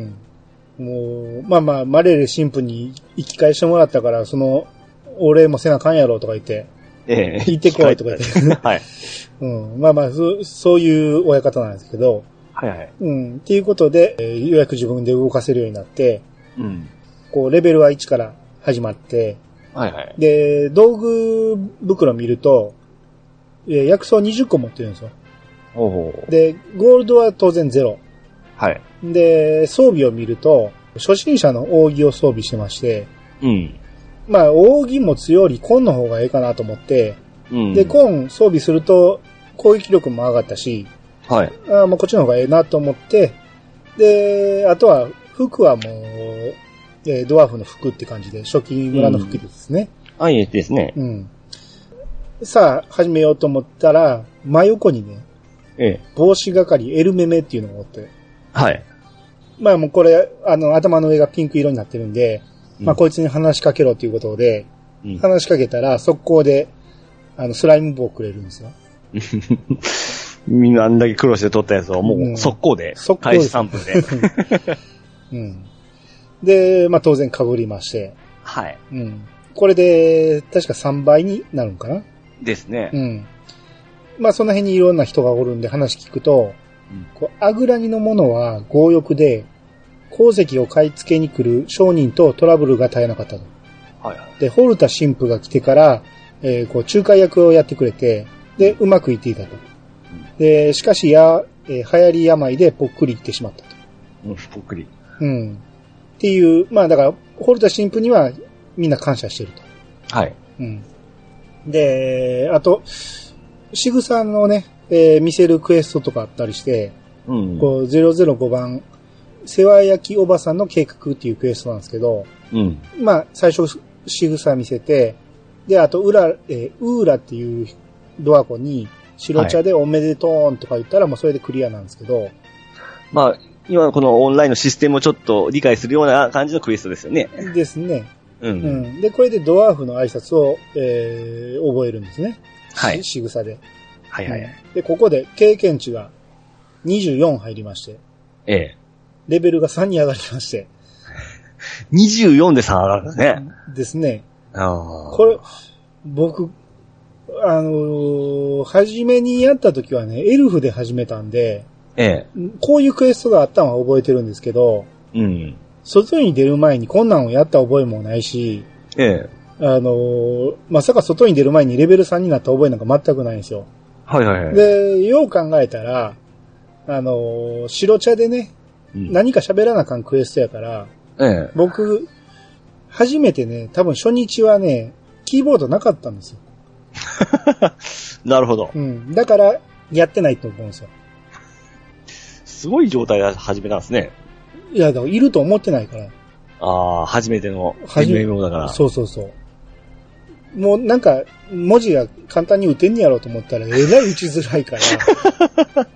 うん。もう、まあまあ、マレレ神父に生き返してもらったから、その、お礼もせなあかんやろとか言って、 ええ。 行ってこいとか言って。 はい。 うん。まあまあそ、そういう親方なんですけど、 はいはい。 うん。っていうことで、えー、ようやく自分で動かせるようになって、 うん。 こう、レベルはいちから始まって、 はいはい。 で、道具袋見ると、えー、薬草にじゅっこ持ってるんですよ。 ほうほう。 で、ゴールドは当然ゼロ。 はい。 で、装備を見ると、初心者の扇を装備してまして、 うん。 まあ、扇持つよりコンの方がいいかなと思って、うん、で、コン装備すると攻撃力も上がったし、 はい。 あまあ、こっちの方がいいなと思って、で、あとは服はもう、えー、ドワーフの服って感じで、初期村の服ですね。 うん、あ、いいですね。 うん。さあ、始めようと思ったら、真横にね、 ええ、 帽子係エルメメっていうのがおって。 はい。 まあもうこれ、あの、頭の上がピンク色になってるんで、うん、まあこいつに話しかけろっていうことで、うん、話しかけたら、速攻で、あの、スライム棒をくれるんですよ。 みんなあんだけ苦労して取ったやつを、もう速攻で、うん、速攻で。開始さんぷんで。 うん。で、まあ当然被りまして。 はい。 うん。これで、確かさんばいになるのかな？ ですね。 うん。まあその辺にいろんな人がおるんで話聞くと、うん、こうアグラニのものは強欲で、鉱石を買い付けに来る商人とトラブルが絶えなかったと。 はいはい。 で、ホルタ神父が来てから、えー、こう仲介役をやってくれて、で、うまくいっていたと。うん、で、しかしや、えー、流行り病でぽっくりいってしまったと。 うん、ぽっくり。 うん。っていう、まあだから、ホルタ神父にはみんな感謝してると。 はい。 うん。で、あと、仕草のね、えー、見せるクエストとかあったりして、うん、こう、ゼロゼロごばん、世話焼きおばさんの計画っていうクエストなんですけど、うん、まあ、最初、仕草見せて、で、あと、ウラ、えー、ウーラっていうドアコに、白茶でおめでとーんとか言ったら、もうそれでクリアなんですけど、 まあ、今このオンラインのシステムをちょっと理解するような感じのクエストですよね。 ですね。 うん。うん、 で、これでドワーフの挨拶を、えー、覚えるんですね。 はい。 仕草で。 はいはい、うん。 で、ここで経験値がにじゅうよん入りまして。 ええ。 レベルがさんに上がりまして。 にじゅうよんでさん上がるんですね。 ですね。 ああ。 これ、僕、あのー、初めにやった時はね、エルフで始めたんで、 ええ。 こういうクエストがあったのは覚えてるんですけど、 うん。 外に出る前にこんなんをやった覚えもないし、 ええ。 あのー、まさか外に出る前にレベルさんになった覚えなんか全くないんですよ。 はいはいはい。 で、よう考えたら、あのー、白茶でね、うん、何か喋らなあかんクエストやから、 ええ、 僕、初めてね、多分初日はね、キーボードなかったんですよ。 なるほど。 うん。だから、やってないと思うんですよ。 すごい状態で始めたんですね。 いや、だからいると思ってないから。 ああ、初めての エムエムオー だから。 そうそうそう。もうなんか、文字が簡単に打てんねやろうと思ったら、えらい打ちづらいから、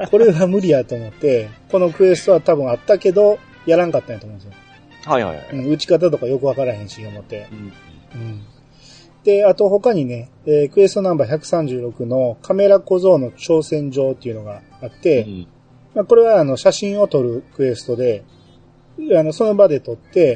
これは無理やと思って、このクエストは多分あったけど、やらんかったんやと思うんですよ。 はいはいはい。 うん、打ち方とかよくわからへんし、思って。うんうん、で、あと他にね、えー、クエストナンバーひゃくさんじゅうろくのカメラ小僧の挑戦状っていうのがあって、うんまあ、これはあの写真を撮るクエストで、あのその場で撮って、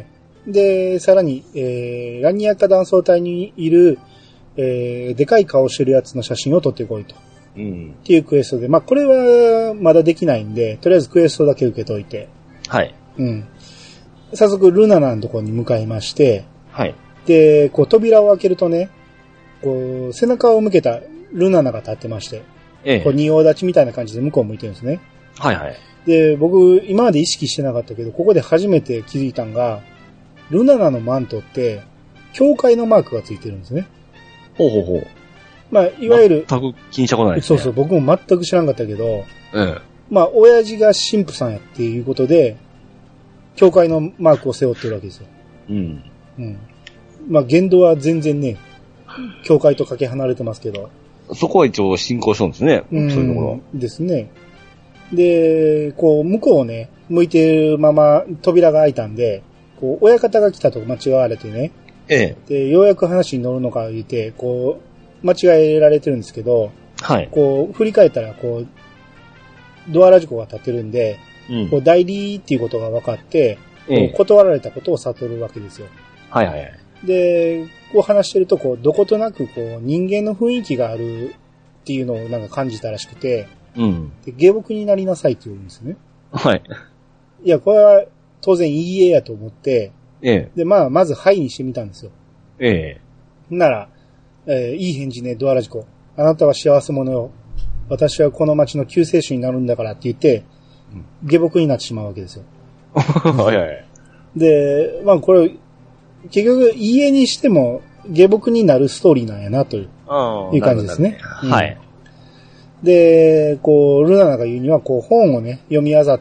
で、さらに、えー、ラニアカ断層帯にいる、えー、でかい顔してるやつの写真を撮ってこいと。うん。っていうクエストで、まあ、これはまだできないんで、とりあえずクエストだけ受けといて。 はい。 うん。早速、ルナナのところに向かいまして、 はい。 で、こう、扉を開けるとね、こう、背中を向けたルナナが立ってまして、ええ。こう、仁王立ちみたいな感じで向こう向いてるんですね。 はいはい。 で、僕、今まで意識してなかったけど、ここで初めて気づいたんが、ルナナのマントって、教会のマークがついてるんですね。 ほうほうほう。 まあ、いわゆる。 全く気にしたことないですね。 そうそう、僕も全く知らんかったけど、 ええ。 まあ、親父が神父さんやっていうことで、教会のマークを背負ってるわけですよ。うん。うん。まあ、言動は全然ね、教会とかけ離れてますけど。 そこは一応信仰しとるんですね。うん。そういうところ。 ですね。で、こう、向こうをね、向いてるまま扉が開いたんで、こう、親方が来たと間違われてね。 ええ。 で、ようやく話に乗るのか言って、こう、間違えられてるんですけど、 はい。 こう、振り返ったら、こう、ドアラジコが立ってるんで、うん、こう代理っていうことが分かって、ええ、断られたことを悟るわけですよ。 はいはいはい。 で、こう話してると、こう、どことなく、こう、人間の雰囲気があるっていうのをなんか感じたらしくて、うん。で、下僕になりなさいって言うんですね。 はい。 いや、これは当然いいえやと思って、 ええ。 で、まあ、まずはいにしてみたんですよ。 ええ。 なら、えー、いい返事ね、ドアラジコ。あなたは幸せ者よ。私はこの町の救世主になるんだからって言って、うん、下僕になってしまうわけですよ。 はいはい。 で、まあこれ、結局、家にしても下僕になるストーリーなんやなという、いう感じですね。 うん、はい。 で、こう、ルナナが言うには、こう、本をね、読み漁って、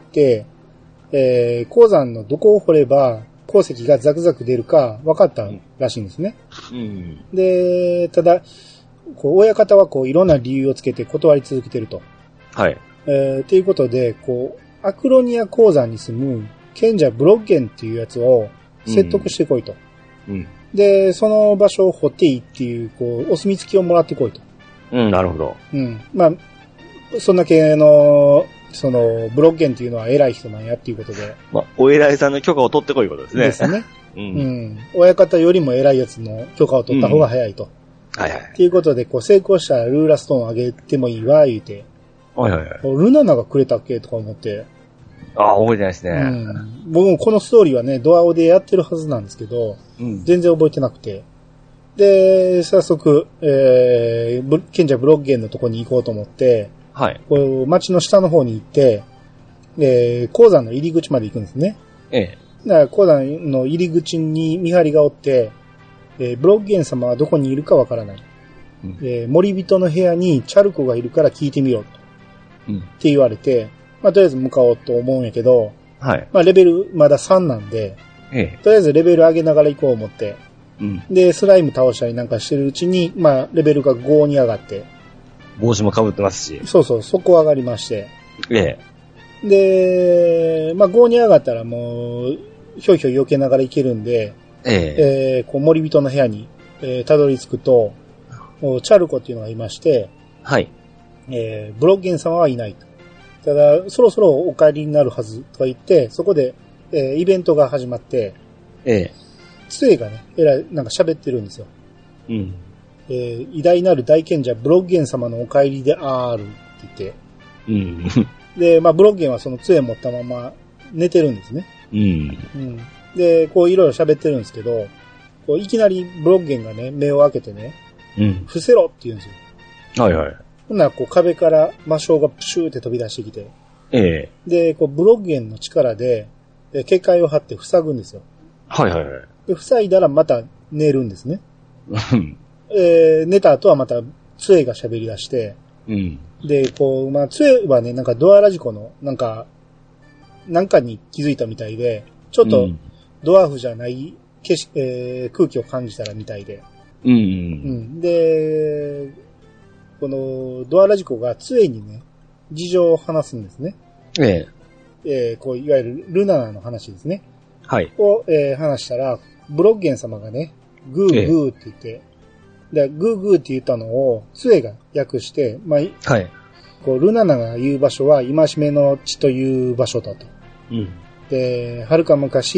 えー、鉱山のどこを掘れば、鉱石がザクザク出るか分かったらしいんですね。うん、で、ただ、こう、親方はこう、いろんな理由をつけて断り続けてると。 はい。 えー、ということで、こう、アクロニア鉱山に住む賢者ブロッゲンっていうやつを説得してこいと。うん。で、その場所を掘っていいっていう、こう、お墨付きをもらってこいと。 うん、なるほど。 うん。まあ、そんだけの、その、ブロッゲンっていうのは偉い人なんやっていうことで。 まあ、お偉いさんの許可を取ってこいことですね。 ですね。うん。うん。親方よりも偉いやつの許可を取った方が早いと。 うん、はいはい。 っていうことで、こう、成功したらルーラストーンあげてもいいわ、言うて。 はいはいはい。 ルナナがくれたっけとか思って。 ああ、覚えてないですね。 うん。僕もこのストーリーはね、ドアオでやってるはずなんですけど、うん、全然覚えてなくて。で、早速、えー、賢者ブロッゲンのとこに行こうと思って、 はい。 こう街の下の方に行って、えー、鉱山の入り口まで行くんですね。 ええ。 だから鉱山の入り口に見張りがおって、えー、ブロッゲン様はどこにいるかわからない。うん、えー、森人の部屋にチャルコがいるから聞いてみろと。うん。って言われて、まあ、とりあえず向かおうと思うんやけど、 はい。 まあ、レベルまださんなんで、 ええ。 とりあえずレベル上げながら行こう思って、 うん。 で、スライム倒したりなんかしてるうちに、まあ、レベルがごに上がって、 帽子も被ってますし。 そうそう、そこ上がりまして。 ええ。で、まあ、ごに上がったらもう、ひょいひょい避けながら行けるんで、 ええ。 えー、こう森人の部屋に、えー、たどり着くと、チャルコっていうのがいまして、 はい。 えー、ブロッゲン様はいないと。ただ、そろそろお帰りになるはずとか言って、そこで、えー、イベントが始まって、 ええ。 杖がね、えらい、なんか喋ってるんですよ。 うん。 えー、偉大なる大賢者ブロッゲン様のお帰りであるって言って。うん。 で、まあ、ブロッゲンはその杖持ったまま寝てるんですね。 うん。 うん。で、こういろいろ喋ってるんですけど、こういきなりブロッゲンがね、目を開けてね、 うん。 伏せろって言うんですよ。 はいはい。 ほんならこう壁から魔性がプシューって飛び出してきて、 ええ。 で、こうブロッゲンの力で、で警戒を張って塞ぐんですよ。 はいはいはい。 で、塞いだらまた寝るんですね。 うん。 えー、寝た後はまた杖が喋り出して、 うん。 で、こう、まあ、杖はね、なんかドアラジコの、なんか、なんかに気づいたみたいで、ちょっとドワーフじゃない景色、えー、空気を感じたらみたいで。 うん。うんうん。で、このドアラジコが杖にね、事情を話すんですね。 ええ。 えー、こう、いわゆるルナナの話ですね。 はい。 を、えー、話したら、ブロッゲン様がね、グーグーって言って、ええ、で、グーグーって言ったのを、杖が訳して、まあ、 はい。 こう、ルナナが言う場所は、戒めの地という場所だと。 うん。 で、はるか昔、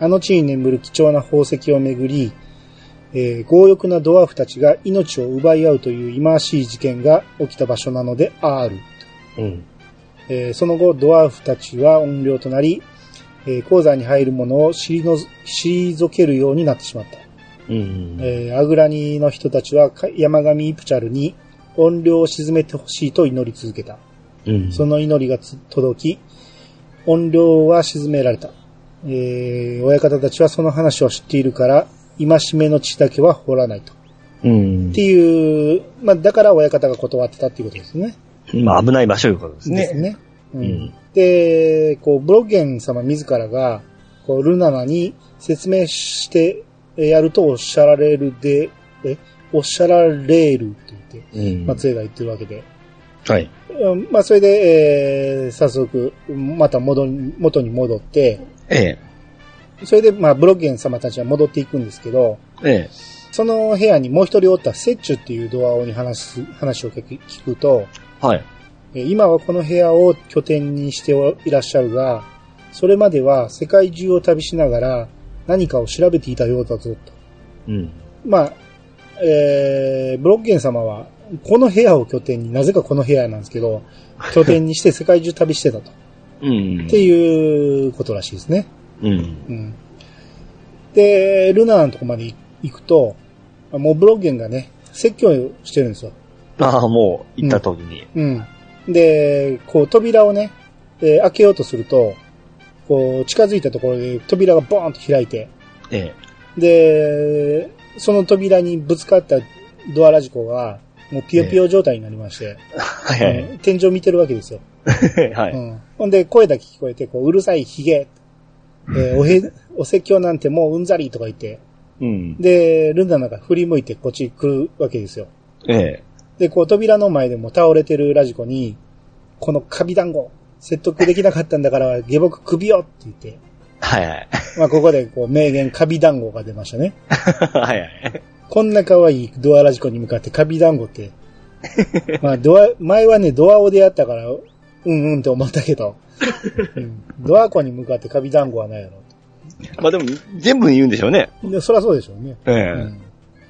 あの地に眠る貴重な宝石をめぐり、えー、強欲なドワーフたちが命を奪い合うという忌まわしい事件が起きた場所なのである。うん。えー、その後、ドワーフたちは怨霊となり、えー、鉱山に入るものを退けるようになってしまった。うん。えー、アグラニの人たちは山神イプチャルに怨霊を鎮めてほしいと祈り続けた。うん。その祈りが届き、怨霊は鎮められた。えー、親方たちはその話を知っているから、戒めの地だけは掘らないと。うん。っていう、まあ、だから親方が断ってたっていうことですね。 まあ、危ない場所いうことですね。 ですね。うん。うん、で、こう、ブロッゲン様自らが、こう、ルナナに説明してやるとおっしゃられるで、え、おっしゃられるって言って、うん、松江が言ってるわけで。はい。まあ、それで、えー、早速、また戻り、元に戻って、ええ。それで、まあ、ブロッゲン様たちは戻っていくんですけど、ええ。その部屋にもう一人おったセッチュっていうドアオに話す、話を聞くと、はい。今はこの部屋を拠点にしていらっしゃるが、それまでは世界中を旅しながら何かを調べていたようだぞと。うん。まあ、えー、ブロッゲン様は、この部屋を拠点に、なぜかこの部屋なんですけど、拠点にして世界中旅してたと。うん。っていうことらしいですね。うん。うん。で、ルナーのとこまで行くと、もうブロッゲンがね、説教してるんですよ。 ああ、もう行った時に。 うん。うん、で、こう扉をね、えー、開けようとすると、こう近づいたところで扉がボーンと開いて、ええ。で、その扉にぶつかったドアラジコが、もうピヨピヨ状態になりまして、ええ、はいはい、うん。天井見てるわけですよ。はい。うん。ほんで、声だけ聞こえて、こう、うるさいヒゲ、えー、おへ、お説教なんてもううんざりとか言って、うん。で、ルンダナが振り向いてこっち来るわけですよ。ええ。で、こう、扉の前でも倒れてるラジコに、このカビ団子、説得できなかったんだから下僕首よって言って、はいはい。まあ、ここでこう、名言カビ団子が出ましたね。はいはい。こんな可愛いドアラジコに向かってカビ団子って、まあ、ドア、前はね、ドアオでやったから、うんうんって思ったけど、うん、ドアコに向かってカビ団子はないやろ。 まあでも、全部言うんでしょうね。 でそりゃそうでしょうね。ええうん、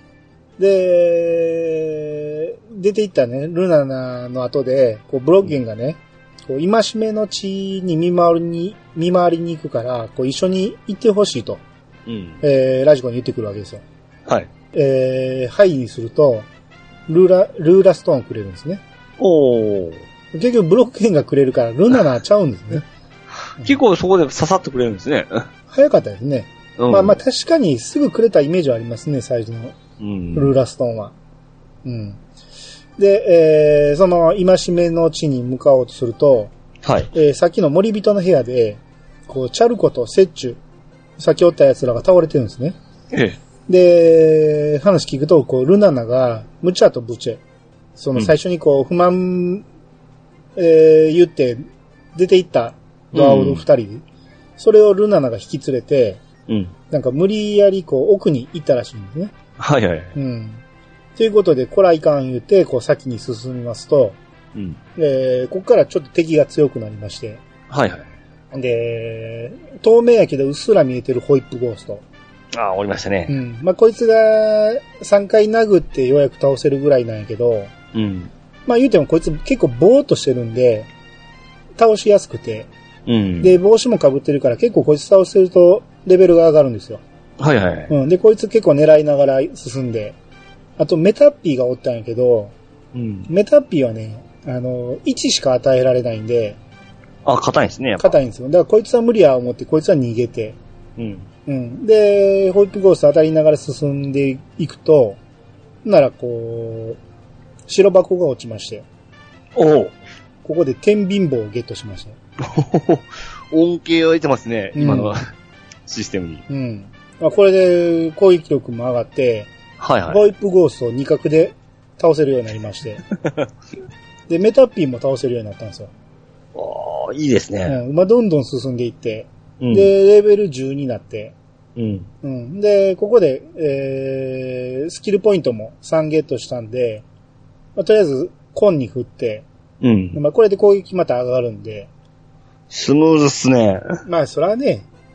で、出ていったね、ルナナの後で、こう、ブロッゲンがね、こう、戒めの地に見回りに、見回りに行くから、こう、一緒に行ってほしいと、うん、えー、ラジコに言ってくるわけですよ。はい。えー、はいにすると、ルーラ、ルーラストーンくれるんですね。おー。結局ブロッケンがくれるから、ルナナちゃうんですね。 結構そこで刺さってくれるんですね。 早かったですね。うん、まあまあ確かにすぐくれたイメージはありますね、最初のルーラストーンは。うん。で、えー、その戒めの地に向かおうとすると、はい。えー、さっきの森人の部屋で、こう、チャルコとセッチュ、さっきおった奴らが倒れてるんですね。ええ。で、話聞くと、こう、ルナナが、ムチャとブチェ、その最初にこう、不満、うん、えー、言って、出て行ったドアオの二人、うん、それをルナナが引き連れて、うん、なんか無理やりこう、奥に行ったらしいんですね。はいはい。うん。ということで、こらいかん言うて、こう、先に進みますと、うん。えー、ここからちょっと敵が強くなりまして、はいはい。で、透明やけどうっすら見えてるホイップゴースト。 ああ、おりましたね。 うん。まあ、こいつがさんかい殴ってようやく倒せるぐらいなんやけど、うん。まあ、言うてもこいつ結構ボーっとしてるんで、倒しやすくて、うん。で、帽子も被ってるから結構こいつ倒せるとレベルが上がるんですよ。はいはい。うん。で、こいつ結構狙いながら進んで、あとメタッピーがおったんやけど、うん。メタッピーはね、あの、いちしか与えられないんで、 あ、硬いんですね。 硬いんですよ。だからこいつは無理や思って、こいつは逃げて。うん。うん。で、ホイップゴースト当たりながら進んでいくと、ならこう、白箱が落ちまして。おお。ここで天秤棒をゲットしました。 恩恵を得てますね、今の、うん、システムに。 うん。まあ、これで攻撃力も上がって、はいはい。ホイップゴーストを二角で倒せるようになりまして。で、メタッピーも倒せるようになったんですよ。 ああ、いいですね。 うん。まあ、どんどん進んでいって、うん、で、レベルじゅうになって、うん。うん。で、ここで、えー、スキルポイントもさんゲットしたんで、まあ、とりあえず、コンに振って、うん。まあ、これで攻撃また上がるんで。 スムーズっすね。 まあ、そらね、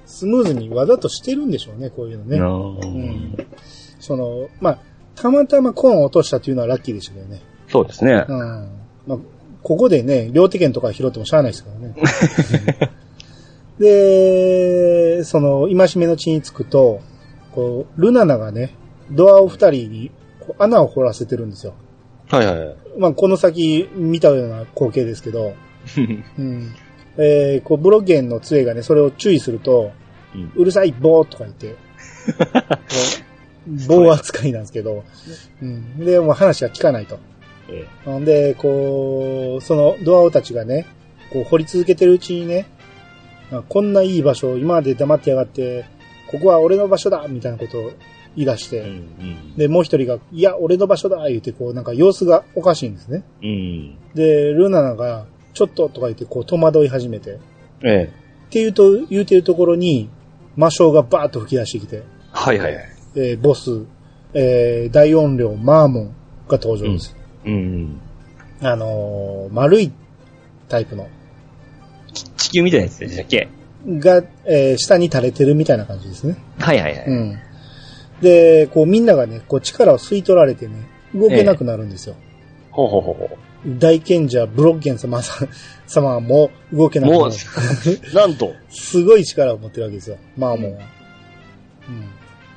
スムーズにわざとしてるんでしょうね、こういうのね。うん。その、まあ、たまたまコーンを落としたというのはラッキーでしたけどね。 そうですね。 うん。まあ、ここでね、両手剣とか拾ってもしゃあないですからね。で、その、戒めの地に着くと、こう、ルナナがね、ドアを二人にこう穴を掘らせてるんですよ。 はいはいはい。 まあ、この先見たような光景ですけど、うん、えー、こう、ブロッゲンの杖がね、それを注意すると、うん、うるさい棒とか言って、棒扱いなんですけど、うん、で、もう話は聞かないと。ええ、で、こう、そのドアオたちがね、こう掘り続けてるうちにね、こんないい場所を今まで黙ってやがって、ここは俺の場所だみたいなことを言い出して、うんうん、で、もう一人が、いや、俺の場所だ言って、こう、なんか様子がおかしいんですね。うん、で、ルナナが、ちょっととか言って、こう、戸惑い始めて、ええ、っていうと、言うてるところに、魔性がバーッと吹き出してきて、 はいはいはい。 えー、ボス、えー、大音量、マーモンが登場です。うんうんうん、あのー、丸いタイプの。 地球みたいなやつでしたっけが、えー、下に垂れてるみたいな感じですね。 はいはいはい。うん、 で、こうみんながね、こう力を吸い取られてね、動けなくなるんですよ。えー、 ほうほうほうほう。 大賢者ブロッゲン様様はもう動けなくなる。もう、なんと。 すごい力を持ってるわけですよ、マーモンは。うん、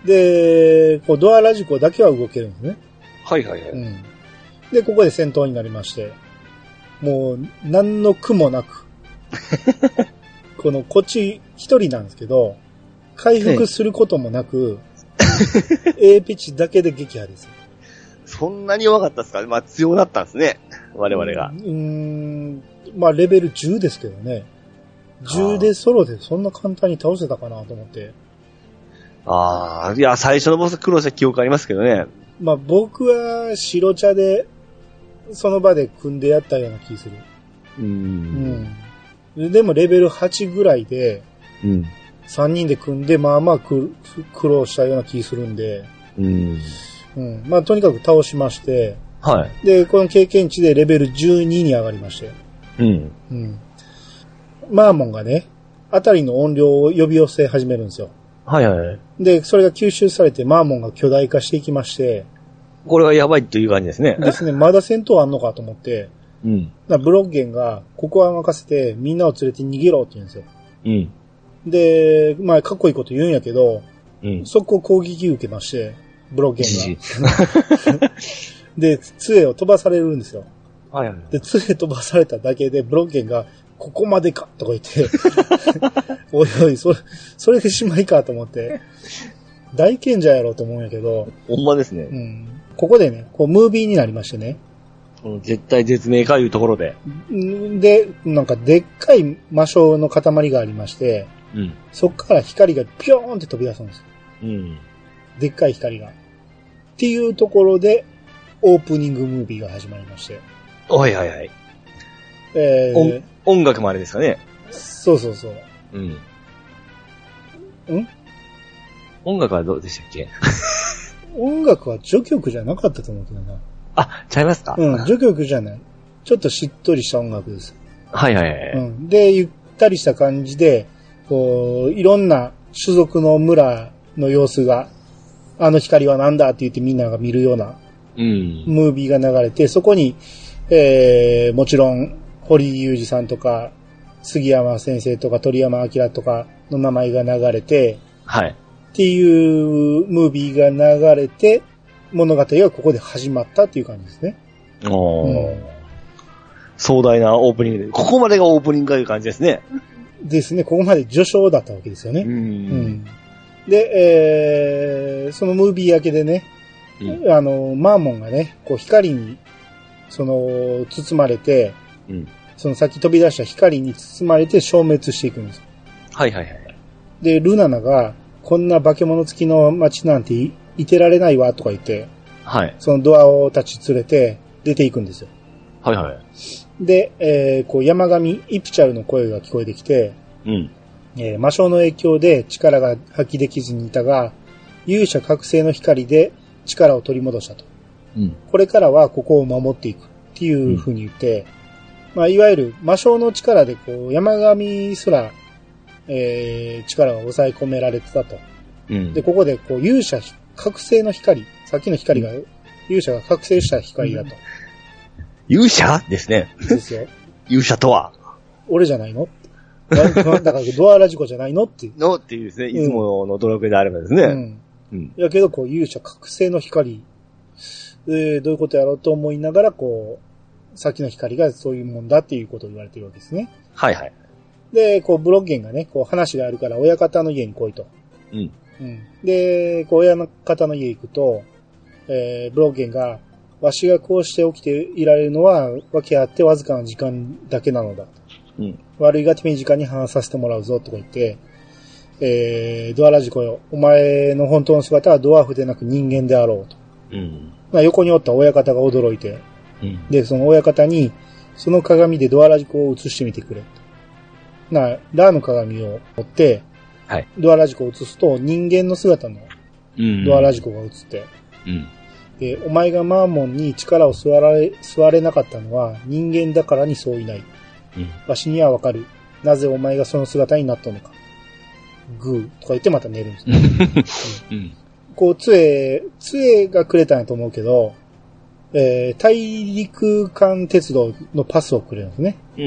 で、こうドアラジコだけは動けるんですね。 はいはいはい。 うんで、ここで戦闘になりまして、もう、何の苦もなく、この、こっち一人なんですけど、回復することもなく、A ピッチだけで撃破ですよ。 そんなに弱かったですか？まあ強だったんですね、我々が。 うーん、まあレベルじゅうですけどね。じゅうでソロでそんな簡単に倒せたかなと思って。 ああ、いや、最初のボス苦労した記憶ありますけどね。 まあ僕は白茶で、その場で組んでやったような気する。うん。うん。でもレベルはちぐらいで、うん。さんにんで組んで、まあまあ苦労したような気するんで、うん。うん。まあとにかく倒しまして、はい。で、この経験値でレベルじゅうにに上がりまして、うん。うん。マーモンがね、あたりの音量を呼び寄せ始めるんですよ。はいはい。で、それが吸収されてマーモンが巨大化していきまして、 これはやばいっていう感じですね。 ですね。まだ戦闘あんのかと思って。うん。ブロッゲンが、ここは任せて、みんなを連れて逃げろって言うんですよ。うん。で、まあ、かっこいいこと言うんやけど、うん。そこ攻撃受けまして、ブロッゲンが。で、杖を飛ばされるんですよ。はいはい。で、杖飛ばされただけで、ブロッゲンが、ここまでかとか言って、おいおい、それ、それでしまいかと思って、大賢者やろうと思うんやけど。 ほんまですね。 うん。ここでね、こう、ムービーになりましてね。 絶対絶命かいうところで。 で、なんかでっかい魔性の塊がありまして、うん、そっから光がピョーンって飛び出すんですよ。うん、でっかい光が。っていうところで、オープニングムービーが始まりまして。 はいはいはい。えー、音楽もあれですかね。 そうそうそう。うん。 ん音楽はどうでしたっけ音楽は序曲じゃなかったと思うけどな。 あ、ちゃいますか？ うん、序曲じゃない。ちょっとしっとりした音楽です。 はいはいはい。 うん。で、ゆったりした感じで、こう、いろんな種族の村の様子が、あの光はなんだって言ってみんなが見るような、うん、ムービーが流れて、そこに、えー、もちろん、堀裕二さんとか、杉山先生とか鳥山明とかの名前が流れて、はい。っていうムービーが流れて、物語がここで始まったっていう感じですね。おー。 うん、壮大なオープニングで、ここまでがオープニングという感じですね。 ですね、ここまで序章だったわけですよね。うん、うん。で、えー、そのムービー明けでね、うん、あの、マーモンがね、こう光に、その、包まれて、うん、そのさっき飛び出した光に包まれて消滅していくんです。 はいはいはい。 で、ルナナが、こんな化け物付きの街なんて い, いてられないわとか言って、はい。そのドアを立ち連れて出ていくんですよ。はいはい。で、えー、こう山上イプチャルの声が聞こえてきて、うん。えー、魔性の影響で力が発揮できずにいたが、勇者覚醒の光で力を取り戻したと。うん。これからはここを守っていくっていう風に言って、うん、まあいわゆる魔性の力でこう山上すら、 えー、力が抑え込められてたと。 うん、 で、ここで、こう、勇者、覚醒の光、さっきの光が、うん、勇者が覚醒した光だと。 勇者ですね。 ですよ。 勇者とは俺じゃないのだからドアラジコじゃないのってのっていうですね、いつものドラクエであればですね。うん。 うん。やけど、こう、勇者覚醒の光、えー、どういうことやろうと思いながら、こう、さっきの光がそういうもんだっていうことを言われてるわけですね。 はいはい。 で、こう、ブロッゲンがね、こう、話があるから、親方の家に来いと。 うん。 うん。で、こう、親方の家行くと、えー、ブロッゲンが、わしがこうして起きていられるのは、わけあってわずかな時間だけなのだ。 うん。 悪いが手短に話させてもらうぞ、とか言って、えー、ドアラジコよ。お前の本当の姿はドワーフでなく人間であろうと。 うん。 まあ、横におった親方が驚いて、 うん。 で、その親方に、その鏡でドアラジコを映してみてくれ。な、ラーの鏡を持って、 はい。 ドアラジコを映すと人間の姿のドアラジコが映って、 うん。 で、お前がマーモンに力を吸われ、吸われなかったのは人間だからにそういない。 うん。 わしにはわかる。なぜお前がその姿になったのか。グーとか言ってまた寝るんですね。 うん。 こう、杖、杖がくれたんやと思うけど、えー、大陸間鉄道のパスをくれるんですね。 うん。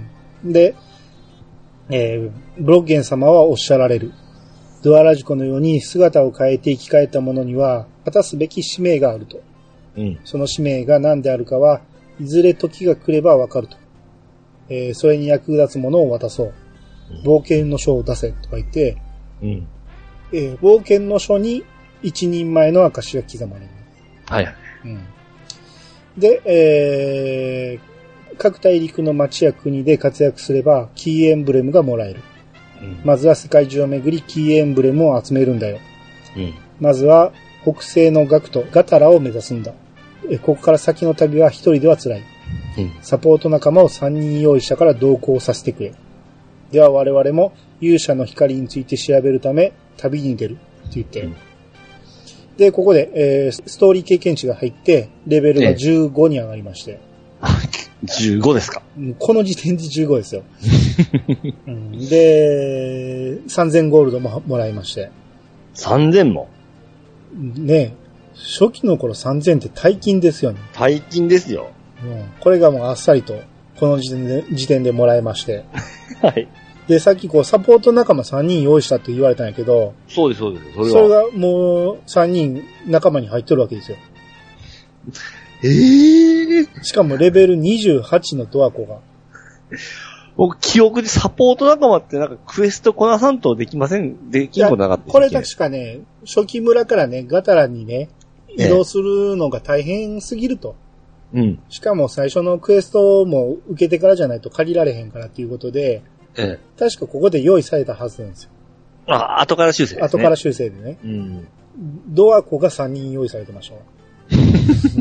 うん。で、えー、ブロッゲン様はおっしゃられる。ドアラジコのように姿を変えて生き返った者には果たすべき使命があると。 うん。 その使命が何であるかはいずれ時が来ればわかると。えー、それに役立つものを渡そう。冒険の書を出せとか言って、 うん。 えー、冒険の書に一人前の証が刻まれる。 はい。 うん。で、えー、各大陸の町や国で活躍すればキーエンブレムがもらえる。うん、まずは世界中を巡りキーエンブレムを集めるんだよ。 うん、 まずは北西のガクト、ガタラを目指すんだ。えここから先の旅は一人では辛い、 うん。 サポート仲間を三人用意したから同行させてくれ。では我々も勇者の光について調べるため旅に出るって言って。うん、で、ここで、えー、ストーリー経験値が入ってレベルがじゅうごに上がりまして。 じゅうごですか。 この時点でじゅうごですよ。うん、で、さんぜんゴールドももらいまして。 さんぜんもねえ、初期の頃さんぜんって大金ですよね。 大金ですよ。 うん、これがもうあっさりと、この時点で、時点でもらえまして。 はい。 で、さっきこう、サポート仲間さんにん用意したって言われたんやけど。 そうです、そうです。それは。 それがもうさんにん仲間に入っとるわけですよ。 ええー。 しかもレベルにじゅうはちのドアコが。 僕、記憶でサポート仲間ってなんかクエストこなさんとできませんできんことなかったっけ？ これ確かね、初期村からね、ガタラにね、移動するのが大変すぎると。 うん。 しかも最初のクエストも受けてからじゃないと借りられへんからっていうことで、 ええ、確かここで用意されたはずなんですよ。 あ、後から修正ですね。 後から修正でね。 うん。 ドアコがさんにん用意されてました。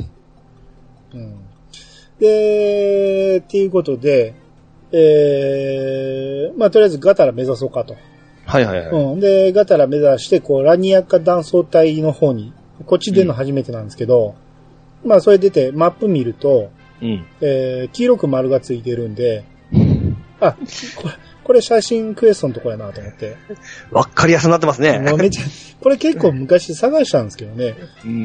うん、で、っていうことで、えー、まあ、とりあえずガタラ目指そうかと。 はいはいはい。 うん。で、ガタラ目指して、こう、ラニアカ断層帯の方に、こっち出るの初めてなんですけど、うん、まあ、それ出て、マップ見ると、 うん。 えー、黄色く丸がついてるんで、あ、これ、これ写真クエストのとこやなと思って。 わかりやすくなってますね。 もうめっちゃ、これ結構昔探したんですけどね。 うん、うん。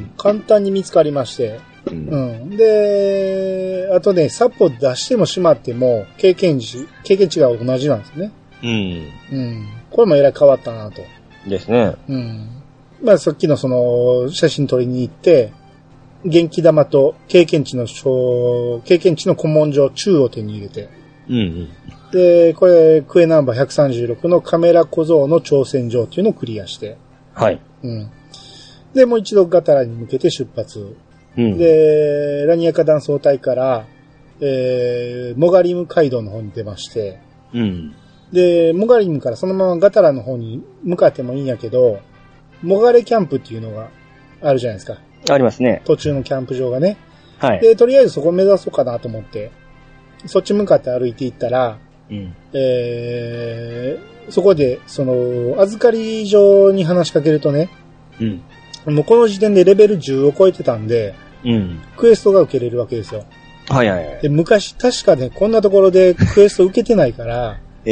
簡単に見つかりまして。うん、うん。で、あとね、サポ出してもしまっても、経験値、経験値が同じなんですね。 うん。 うん。これもえらい変わったなと。 ですね。 うん。まあ、さっきのその、写真撮りに行って、元気玉と経験値の小、経験値の古文書中を手に入れて。 うんうん。 で、これ、クエナンバーひゃくさんじゅうろくのカメラ小僧の挑戦状っていうのをクリアして。 はい。 うん。で、もう一度ガタラに向けて出発。 うん、 で、ラニアカ断層帯から、えー、モガリム街道の方に出まして。 うん。 で、モガリムからそのままガタラの方に向かってもいいんやけど、モガレキャンプっていうのがあるじゃないですか。 ありますね。 途中のキャンプ場がね。 はい。 で、とりあえずそこ目指そうかなと思って、そっち向かって歩いていったら、 うん、 えー、そこで、その、預かり所に話しかけるとね、 うん、 もうこの時点でレベルじゅうを超えてたんで、 うん、 クエストが受けれるわけですよ。 はいはいはい。 で、昔、確かね、こんなところでクエスト受けてないから、 ええ、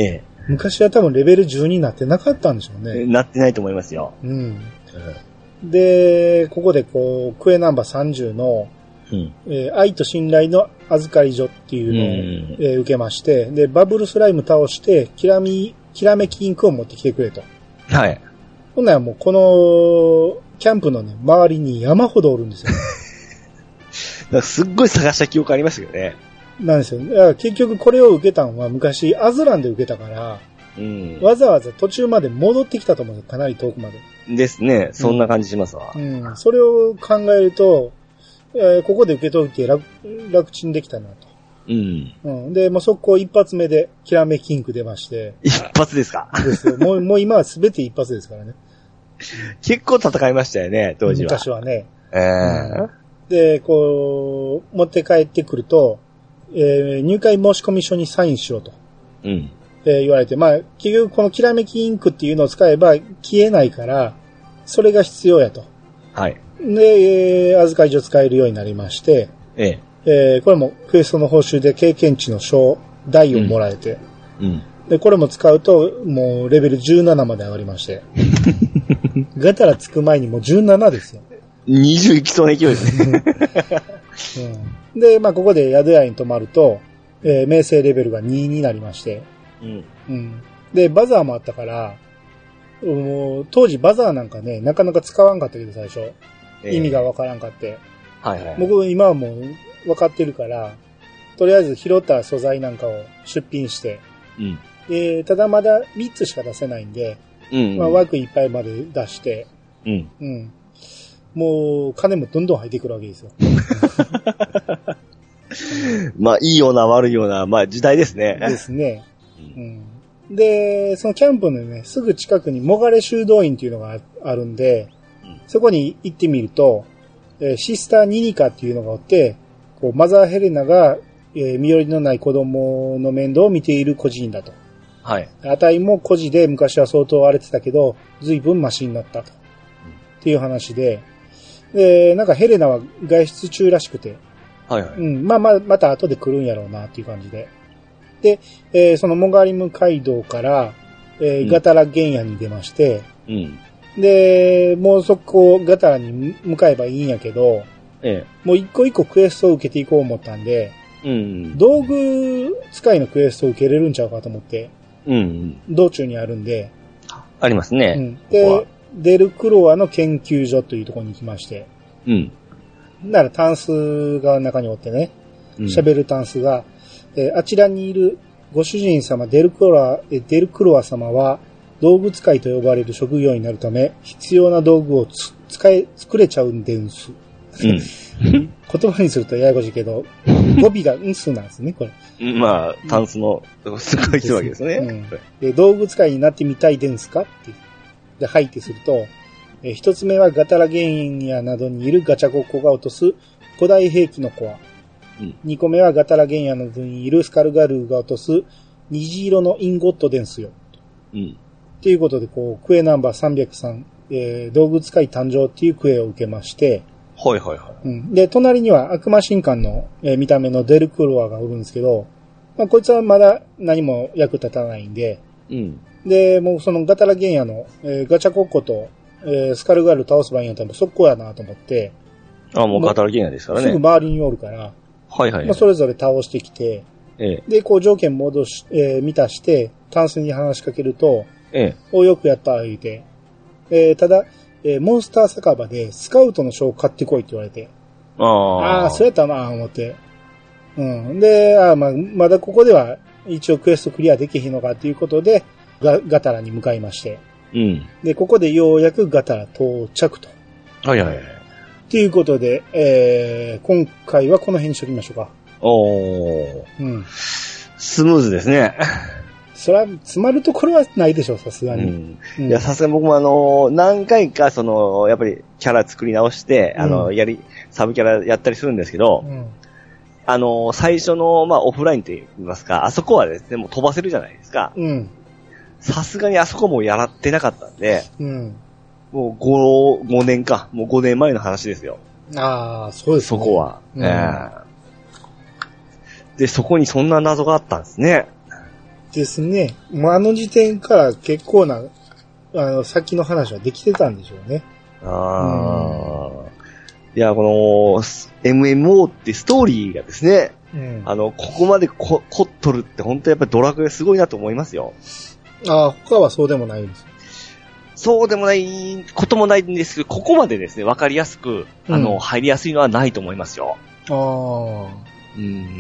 昔は多分レベルじゅうになってなかったんでしょうね。 なってないと思いますよ。 うん。うん、で、ここでこう、クエナンバーさんじゅうの、うんえー、愛と信頼の預かり所っていうのを、うんえー、受けまして、で、バブルスライム倒して、キラミ、キラメキインクを持ってきてくれと。 はい。 ほんならもうこの、キャンプのね、周りに山ほどおるんですよ。 なんかすっごい探した記憶ありますよね。 なんですよ。だから結局これを受けたのは昔アズランで受けたから、うん、わざわざ途中まで戻ってきたと思うんですよ。かなり遠くまで。 ですね。そんな感じしますわ。 うん。うん、それを考えると、えー、ここで受けといて楽、楽ちんできたなと。うん。うん。で、もう速攻一発目でキラメキンク出まして。 一発ですか？ ですよ。もう、もう今は全て一発ですからね。 結構戦いましたよね、当時は。 昔はね。 えーうん、 で、こう、持って帰ってくると、えー、入会申込書にサインしろと。うん。えー、言われて、まあ、結局このキラメキインクっていうのを使えば消えないから、それが必要やと。 はい。 で、えー、預かり所使えるようになりまして、ええ。えー、これもクエストの報酬で経験値の賞、台をもらえて、うん。うん、で、これも使うと、もうレベルじゅうななまで上がりまして。ガタラつく前にもうじゅうななですよ。 にじゅういきそうな勢いですね。 うん、で、まあ、ここで宿屋に泊まると、えー、名声レベルがにになりまして、うんうん、で、バザーもあったから、もう当時バザーなんかね、なかなか使わんかったけど最初。えー、意味がわからんかって。はいはい。僕今はもう分かってるから、とりあえず拾った素材なんかを出品して、うん、でただまだみっつしか出せないんで、うんうんまあ、枠いっぱいまで出して、うんうん、もう金もどんどん入ってくるわけですよ。 まあいいような悪いような、まあ時代ですね。 ですね。うんうん、で、そのキャンプのね、すぐ近くにモガレ修道院っていうのがあるんで、うん、そこに行ってみると、えー、シスターニニカっていうのがおって、こうマザーヘレナが、えー、身寄りのない子供の面倒を見ている孤児院だと。はい。あたいも孤児で昔は相当荒れてたけど、随分マシになったと。うん、っていう話で、で、なんかヘレナは外出中らしくて、はいはい。うん。まあまあ、また後で来るんやろうなっていう感じで。で、えー、そのモガリム街道から、えー、ガタラ原野に出まして、うん。で、もうそこガタラに向かえばいいんやけど、ええ。もう一個一個クエストを受けていこう思ったんで、うん。道具使いのクエストを受けれるんちゃうかと思って、うん。道中にあるんで。 ありますね。 うん。で、ここデルクロアの研究所というところに行きまして。うん。ならタンスが中におってね、喋、うん、るタンスが、えー、あちらにいるご主人様デルクロア、えデルクロア様は道具使いと呼ばれる職業になるため、必要な道具をつ使え、作れちゃうんです。うん、言葉にするとややこしいけど、語尾がんすなんですね、これ。 まあ、タンスの、すごい人わけですね、うん。 で。道具使いになってみたいですかって。で、はいってすると、え一つ目はガタラ原野などにいるガチャゴッコが落とす古代兵器のコア。うん、二個目はガタラ原野などにいるスカルガルーが落とす虹色のインゴットですよ。うん。っていうことで、こう、クエナンバーさんびゃくさん、えー、道具使い誕生っていうクエを受けまして。 はいはいはい。 うん。で、隣には悪魔神官の、えー、見た目のデルクロアがおるんですけど、まあ、こいつはまだ何も役立たないんで、うん。で、もうそのガタラ原野の、えー、ガチャコッコと、えー、スカルガル倒す場合によっても速攻やなと思って。 あ、もうガタラ原野ですからね。 すぐ周りにおるから。はいはい、はい。まあ、それぞれ倒してきて、ええ。で、こう条件戻し、えー、満たして、タンスに話しかけると、ええ。お、よくやった、言うて。えー、ただ、えー、モンスター酒場でスカウトの賞を買ってこいって言われて。ああ。ああ、そうやったな、思って。うん。で、あまあ、まだここでは一応クエストクリアできへんのかっていうことで、ガ, ガタラに向かいまして。うん。で、ここでようやくガタラ到着と。はいはいはい。ということで、えー、今回はこの辺にしときましょうか。おー。うん。スムーズですね。 それは、詰まるところはないでしょう、さすがに。うんうん、いや、さすがに僕もあの、何回か、その、やっぱりキャラ作り直して、うん、あの、やり、サブキャラやったりするんですけど、うん、あの、最初の、まあ、オフラインと言いますか、あそこはですね、もう飛ばせるじゃないですか。うん。さすがにあそこもやらってなかったんで、うん。もうご、ごねんか、もうごねんまえの話ですよ。 ああ、そうですね。 そこは。うん、えー。で、そこにそんな謎があったんですね。 ですね。もうあの時点から結構な、あの、先の話はできてたんでしょうね。 ああ、うん。いや、この、エムエムオー ってストーリーがですね、うん、あの、ここまでこ凝っとるって本当やっぱりドラクエすごいなと思いますよ。 ああ、他はそうでもないんです。 そうでもないこともないんですけど、ここまでですね、わかりやすく、あの、うん、入りやすいのはないと思いますよ。ああ。うん。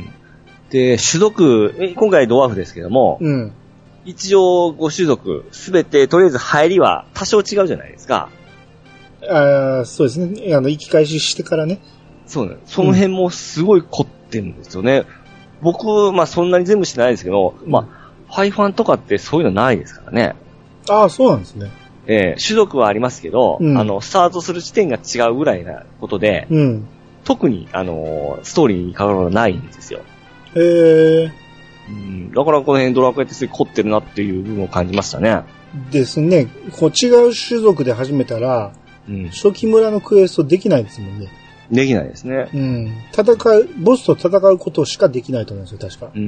で、種族、今回ドワーフですけども、うん、一応ご種族、すべてとりあえず入りは多少違うじゃないですか。 ああ、そうですね。あの、生き返ししてからね。 そうね。その辺もすごい凝ってるんですよね。うん、僕、まあそんなに全部してないですけど、うん、まあ、ファイファンとかってそういうのないですからね。 ああ、そうなんですね。 ええー、種族はありますけど、うん、あの、スタートする地点が違うぐらいなことで、うん、特に、あの、ストーリーに関わるのはないんですよ。へえ。うん、だからこの辺ドラクエってすごい凝ってるなっていう部分を感じましたね。 ですね。こう違う種族で始めたら、うん、初期村のクエストできないですもんね。 できないですね。 うん。戦う、ボスと戦うことしかできないと思うんですよ、確か。うん。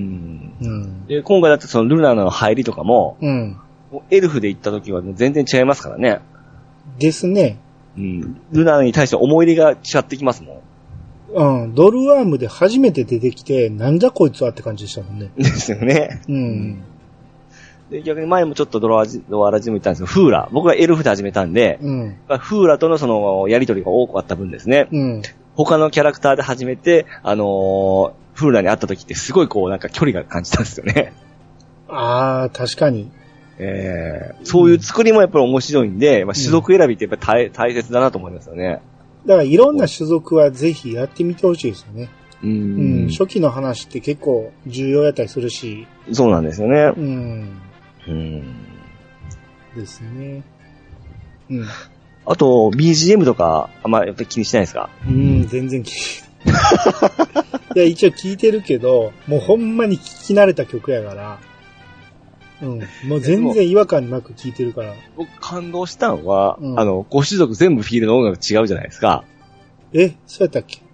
うん。で、今回だってそのルナの入りとかも、うん。エルフで行った時は全然違いますからね。 ですね。 うん。ルナに対して思い入れが違ってきますもん。 うん。ドルワームで初めて出てきて、なんじゃこいつはって感じでしたもんね。 ですよね。うん。で、逆に前もちょっとドラドワラジム言ったんですけど、フーラ。僕はエルフで始めたんで、うん、フーラとのその、やりとりが多かった分ですね。うん、他のキャラクターで始めて、あのー、フーラに会った時ってすごいこう、なんか距離が感じたんですよね。 ああ、確かに。 えー、そういう作りもやっぱり面白いんで、まあ、種族選びってやっぱり 大, 大切だなと思いますよね。 だからいろんな種族はぜひやってみてほしいですよね。うん、うん。初期の話って結構重要やったりするし。 そうなんですよね。うん。うん。 ですね。うん。 あと、ビージーエム とか、あんまやっぱり気にしないですか？ うん、全然気にいや、一応聞いてるけど、もうほんまに聞き慣れた曲やから、うん。もう全然違和感なく聞いてるから。 僕感動したのは、うん、あの、ご種族全部フィールドの音楽違うじゃないですか。 え、そうやったっけ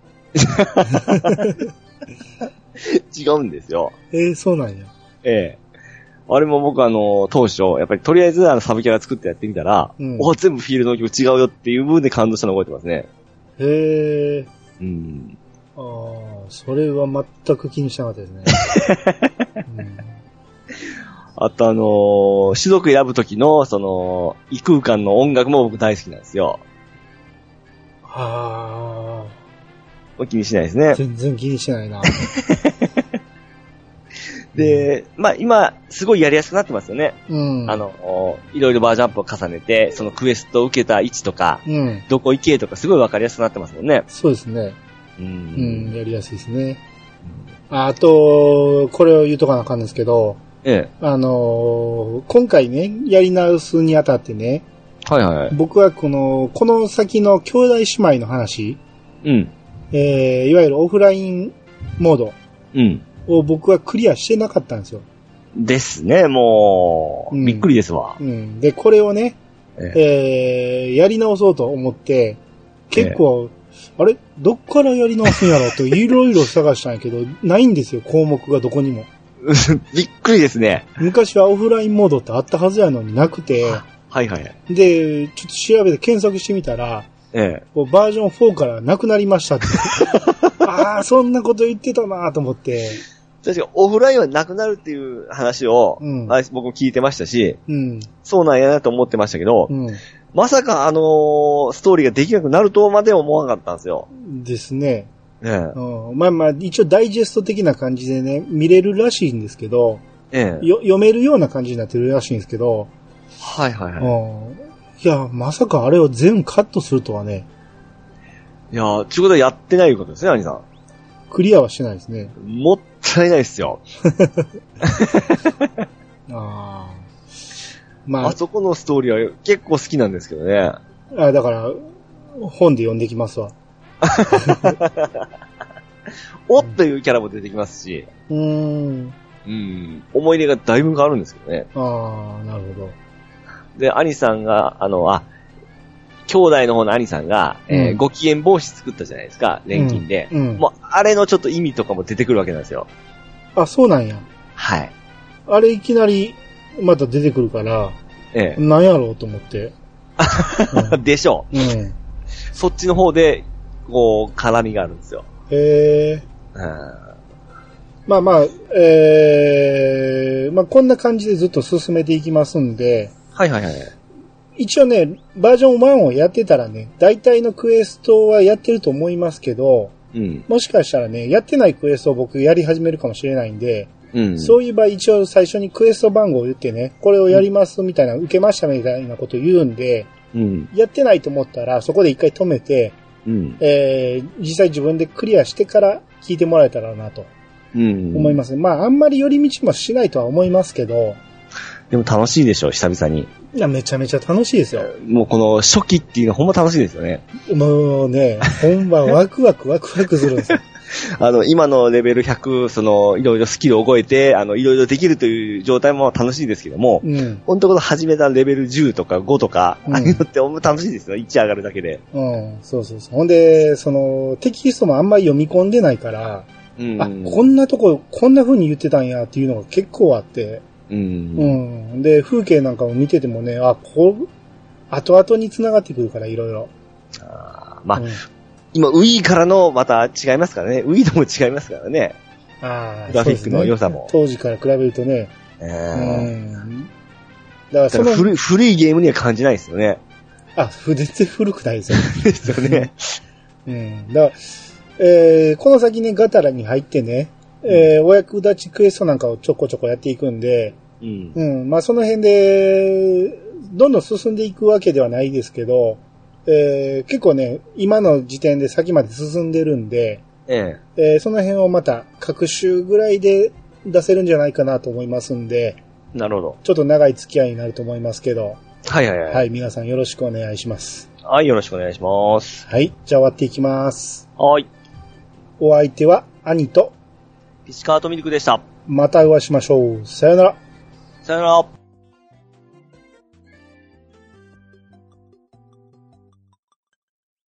違うんですよ。 えー、そうなんや。 ええー。あれも僕あの、当初、やっぱりとりあえずあのサブキャラ作ってやってみたら、うん、お、全部フィールドの曲違うよっていう部分で感動したのを覚えてますね。へえ。うん。 ああ、それは全く気にしなかったですね。うん、 あとあのー、種族選ぶときの、その、異空間の音楽も僕大好きなんですよ。はあ。気にしないですね。 全然気にしないな。 で、まあ今、すごいやりやすくなってますよね。うん。あの、いろいろバージョンアップを重ねて、そのクエストを受けた位置とか、うん。どこ行けとかすごいわかりやすくなってますもんね。 そうですね。うん。うん、やりやすいですね。うん、あと、これを言うとかなあかんですけど、ええ。あの、今回ね、やり直すにあたってね、はいはい。僕はこの、この先の兄弟姉妹の話、うん。えー、いわゆるオフラインモード、うん。を僕はクリアしてなかったんですよ。 ですね、もう、うん、びっくりですわ。 うん。で、これをね、えええー、やり直そうと思って、結構、えー、あれどっからやり直すんやろといろいろ探したんやけど、ないんですよ、項目がどこにも。 びっくりですね。 昔はオフラインモードってあったはずやのになくて、 はいはい。 で、ちょっと調べて検索してみたら、ええ、こうバージョンフォーからなくなりましたって。ああ、そんなこと言ってたなと思って。 確かオフラインはなくなるっていう話を、うん、僕も聞いてましたし、うん、そうなんやなと思ってましたけど、うん、まさかあのー、ストーリーができなくなるとまでは思わなかったんですよ。 ですね。ねうん、まあまあ、一応ダイジェスト的な感じでね、見れるらしいんですけど、ええ、よ読めるような感じになってるらしいんですけど、 はいはいはい。うん、 いや、まさかあれを全部カットするとはね。 いやー、ちゅうことはやってないことですね、兄さん。 クリアはしてないですね。 もったいないですよ。 あまあ、あそこのストーリーは結構好きなんですけどね。 あだから、本で読んできますわ。 おっというキャラも出てきますし。うーん。うん。思い入れがだいぶ変わるんですけどね。 ああ、なるほど。 で、兄さんが、あの、あ、兄弟の方の兄さんが、うん、えー、ご機嫌帽子作ったじゃないですか、錬金で。うんうん、もう、あれのちょっと意味とかも出てくるわけなんですよ。 あ、そうなんや。 はい。 あれいきなりまた出てくるから、ええ、なんやろうと思って。 うん、でしょう。うん。そっちの方で、こう、絡みがあるんですよ。 へえ。うん、まあまあ、えー、まあこんな感じでずっと進めていきますんで。 はいはいはい。 一応ね、バージョンワンをやってたらね、大体のクエストはやってると思いますけど、うん、もしかしたらね、やってないクエストを僕やり始めるかもしれないんで、うん、そういう場合一応最初にクエスト番号を言ってね、これをやりますみたいな、うん、受けましたみたいなことを言うんで、うん、やってないと思ったらそこで一回止めて、うん、えー、実際自分でクリアしてから聞いてもらえたらなと思います、うん、まああんまり寄り道もしないとは思いますけど、 でも楽しいでしょ、久々に。 いや、めちゃめちゃ楽しいですよ。 もうこの初期っていうのほんま楽しいですよね。 もうね、ほんまワクワクワクワクするんですよ。 あの、今のレベルひゃく、その、いろいろスキルを覚えて、あの、いろいろできるという状態も楽しいですけども、うん、本当この始めたレベルじゅうとかごとか、うん、ああいうのって楽しいですよ。いち上がるだけで。 うん、そうそうそう。ほんで、その、テキストもあんまり読み込んでないから、うん、あ、こんなとこ、こんな風に言ってたんやっていうのが結構あって、うん、うん。で、風景なんかも見ててもね、あ、こう、後々に繋がってくるから、いろいろ。 あまあ、うん、今、ウィー からのまた違いますからね。ウィー とも違いますからね。ああ、グラフィックの良さも、ね。 当時から比べるとね。えー、うん。 だからその古い、古いゲームには感じないですよね。 あ、全然古くないですよね。 ですよね。 うん。だから、えー、この先ね、ガタラに入ってね、えー、お役立ちクエストなんかをちょこちょこやっていくんで、うん。うん。まあ、その辺で、どんどん進んでいくわけではないですけど、えー、結構ね、今の時点で先まで進んでるんで、えええー、その辺をまた、各週ぐらいで出せるんじゃないかなと思いますんで、 なるほど。 ちょっと長い付き合いになると思いますけど、 はいはいはい。 はい、皆さんよろしくお願いします。 はい、よろしくお願いします。 はい、じゃあ終わっていきます。 はい。 お相手は、兄と、 ピチカートミルクでした。 またお会いしましょう。さよなら。 さよなら。